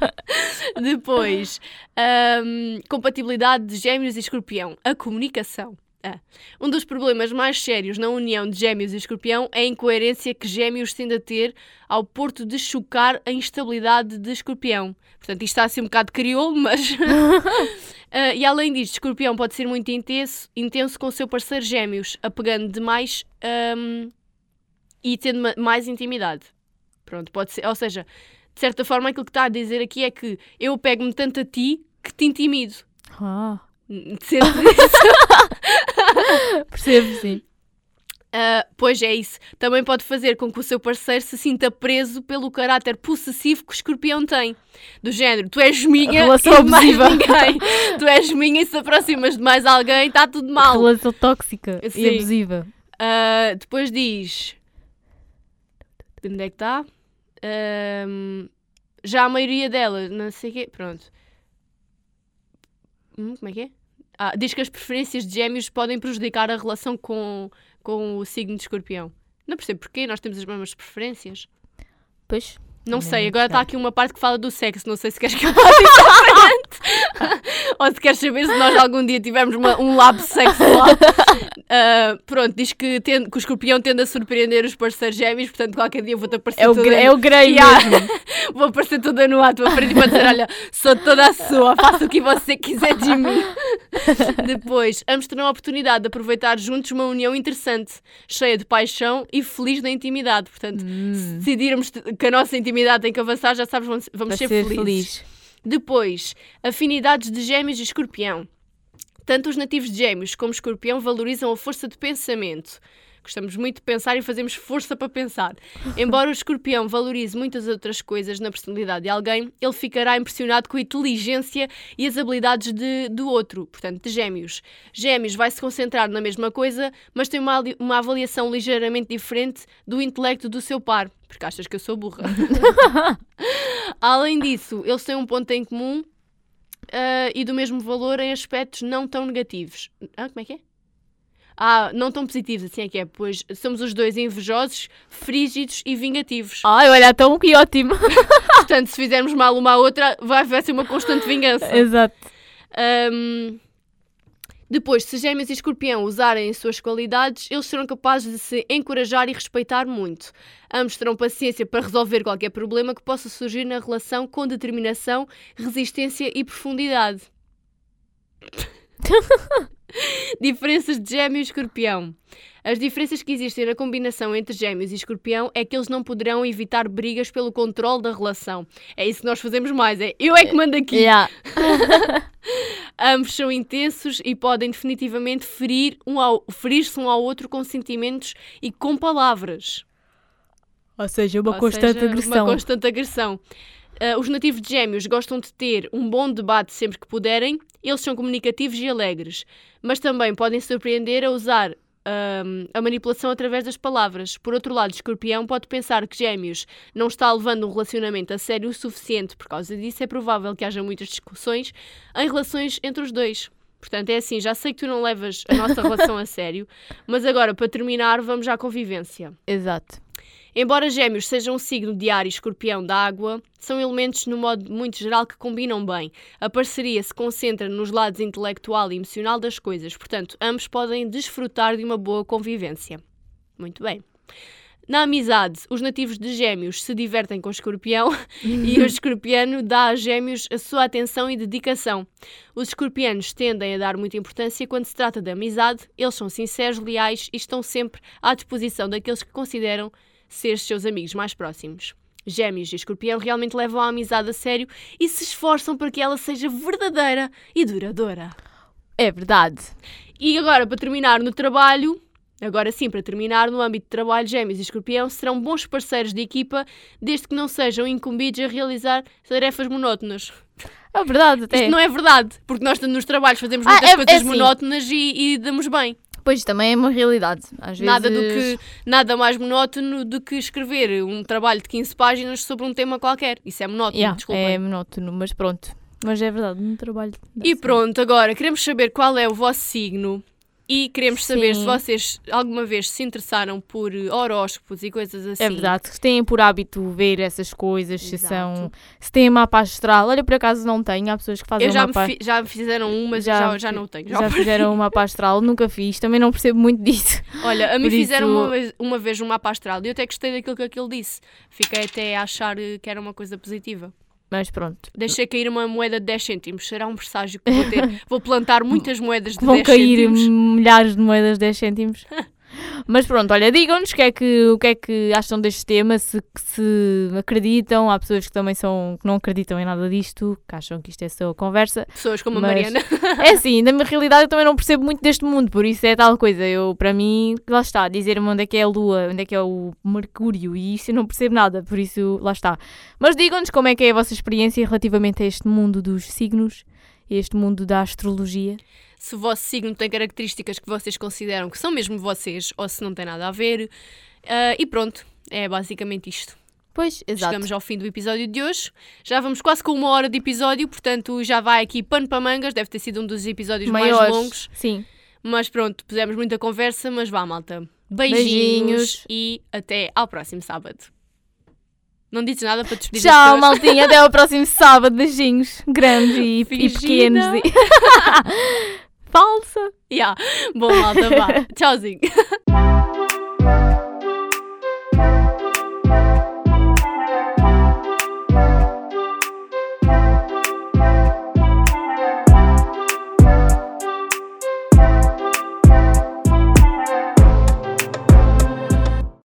Depois, um, compatibilidade de Gêmeos e Escorpião. A comunicação. Ah. Um dos problemas mais sérios na união de Gêmeos e Escorpião é a incoerência que Gêmeos tende a ter ao ponto de chocar a instabilidade de Escorpião. Portanto, isto está assim um bocado crioulo, mas... Uh, e além disto, Escorpião pode ser muito intenso, intenso com o seu parceiro Gêmeos, apegando demais um, e tendo ma- mais intimidade. Pronto, pode ser, ou seja, de certa forma aquilo que está a dizer aqui é que eu pego-me tanto a ti que te intimido. Ah, Sentes isso? percebo, sim. Uh, pois é isso. Também pode fazer com que o seu parceiro se sinta preso pelo caráter possessivo que o Escorpião tem. Do género, tu és minha Relação e mais abusiva. ninguém. Tu és minha e se aproximas de mais alguém, está tudo mal. Relação tóxica Sim. e abusiva. Uh, depois diz... Onde é que está? Um, já a maioria delas, não sei o quê, pronto. Hum, como é que é? Ah, diz que as preferências de Gêmeos podem prejudicar a relação com, com o signo de Escorpião. Não percebo porquê, nós temos as mesmas preferências. Pois. Não Também sei, não agora está sei. aqui uma parte que fala do sexo, não sei se queres que eu passe isso à frente. Ou se queres saber se nós algum dia tivermos uma- um lapso sexual. Ah, pronto, diz que, tende, que o Escorpião tende a surpreender os parceiros Gêmeos, portanto qualquer dia vou-te aparecer É o, toda gre- é o grey Yeah. mesmo. Vou aparecer toda no à tua frente e vou dizer, olha, sou toda a sua, faça o que você quiser de mim. Depois, ambos terão a oportunidade de aproveitar juntos uma união interessante, cheia de paixão e feliz na intimidade. Portanto, se Hum, decidirmos que a nossa intimidade tem que avançar, já sabes, vamos, vamos para ser, ser felizes. feliz. Depois, afinidades de Gêmeos e Escorpião. Tanto os nativos de Gêmeos como Escorpião valorizam a força de pensamento, Gostamos muito de pensar e fazemos força para pensar. Embora o escorpião valorize muitas outras coisas na personalidade de alguém, ele ficará impressionado com a inteligência e as habilidades de, do outro, portanto, de Gêmeos. Gêmeos vai se concentrar na mesma coisa, mas tem uma, uma avaliação ligeiramente diferente do intelecto do seu par, porque achas que eu sou burra. Além disso, eles têm um ponto em comum uh, e do mesmo valor em aspectos não tão negativos. Ah, como é que é? Ah, não tão positivos, assim é que é, pois somos os dois invejosos, frígidos e vingativos. Ai, olha, então que ótimo. Portanto, se fizermos mal uma à outra, vai, vai ser uma constante vingança. Exato. Um, depois, se Gêmeos e Escorpião usarem as suas qualidades, eles serão capazes de se encorajar e respeitar muito. Ambos terão paciência para resolver qualquer problema que possa surgir na relação com determinação, resistência e profundidade. Diferenças de Gêmeo e Escorpião. As diferenças que existem na combinação entre Gêmeos e Escorpião é que eles não poderão evitar brigas pelo controle da relação. É isso que nós fazemos mais, é eu é que mando aqui. Yeah. Ambos são intensos e podem definitivamente ferir um ao, ferir-se um ao outro com sentimentos e com palavras. Ou seja, uma Ou constante seja, agressão. Uma constante agressão. Uh, os nativos de Gêmeos gostam de ter um bom debate sempre que puderem. Eles são comunicativos e alegres, mas também podem surpreender a usar um, a manipulação através das palavras. Por outro lado, Escorpião pode pensar que Gêmeos não está levando um relacionamento a sério o suficiente. Por causa disso, é provável que haja muitas discussões em relações entre os dois. Portanto, é assim, já sei que tu não levas a nossa relação a sério, mas agora, para terminar, vamos à convivência. Exato. Embora Gêmeos sejam um signo de ar e Escorpião da água, são elementos, no modo muito geral, que combinam bem. A parceria se concentra nos lados intelectual e emocional das coisas, portanto, ambos podem desfrutar de uma boa convivência. Muito bem. Na amizade, os nativos de Gêmeos se divertem com o Escorpião e o Escorpiano dá a Gêmeos a sua atenção e dedicação. Os escorpianos tendem a dar muita importância quando se trata de amizade, eles são sinceros, leais e estão sempre à disposição daqueles que consideram ser seus amigos mais próximos. Gêmeos e Escorpião realmente levam a amizade a sério e se esforçam para que ela seja verdadeira e duradoura. É verdade. E agora, para terminar no trabalho, agora sim, para terminar, no âmbito de trabalho, Gêmeos e Escorpião serão bons parceiros de equipa, desde que não sejam incumbidos a realizar tarefas monótonas. É verdade, até. Isto não é verdade, porque nós nos trabalhos fazemos Ah, muitas é- coisas é assim. monótonas e, e damos bem. Pois, também é uma realidade. Às vezes... Nada, do que, nada mais monótono do que escrever um trabalho de quinze páginas sobre um tema qualquer. Isso é monótono, Yeah, desculpem. é monótono, mas pronto. Mas é verdade, no trabalho. dá E certo. pronto, agora queremos saber qual é o vosso signo e queremos saber Sim. se vocês alguma vez se interessaram por horóscopos e coisas assim. É verdade, se têm por hábito ver essas coisas, se, Exato. são, se têm mapa astral. Olha, por acaso não tenho, há pessoas que fazem Eu já me, mapa fi- já me fizeram um, mas já, já, já não tenho. Já Já perdi. fizeram um mapa astral, nunca fiz, também não percebo muito disso. Olha, a mim Por fizeram isso- uma vez, uma vez um mapa astral e eu até gostei daquilo que aquele disse. Fiquei até a achar eh, que era uma coisa positiva. Mas pronto, Deixei cair uma moeda de dez cêntimos. Será um presságio que vou ter. Vou plantar muitas moedas de vão dez cair cêntimos. milhares de moedas de dez cêntimos. Mas pronto, olha, digam-nos o que, é que, o que é que acham deste tema, se, se acreditam. Há pessoas que também são, que não acreditam em nada disto, que acham que isto é só conversa. Pessoas como a Mas- Mariana. É assim, na minha realidade eu também não percebo muito deste mundo, por isso é tal coisa. Eu, para mim, lá está, dizer-me onde é que é a Lua, onde é que é o Mercúrio, e isso eu não percebo nada, por isso lá está. Mas digam-nos como é que é a vossa experiência relativamente a este mundo dos signos, a este mundo da astrologia. Se o vosso signo tem características que vocês consideram que são mesmo vocês ou se não tem nada a ver. Ah, e pronto, é basicamente isto. Pois, exato. Chegamos ao fim do episódio de hoje. Já vamos quase com uma hora de episódio, portanto já vai aqui pano para mangas. Deve ter sido um dos episódios Maiores, mais longos. sim. Mas pronto, pusemos muita conversa, mas vá, malta. Beijinhos, Beijinhos. e até ao próximo sábado. Não dizes nada para te despedir Tchau, das pessoas? maltinha, até ao próximo sábado. Beijinhos grandes e, e Fingida. pequenos. E... Falsa. Yeah. Bom, malta, vá. Tchauzinho.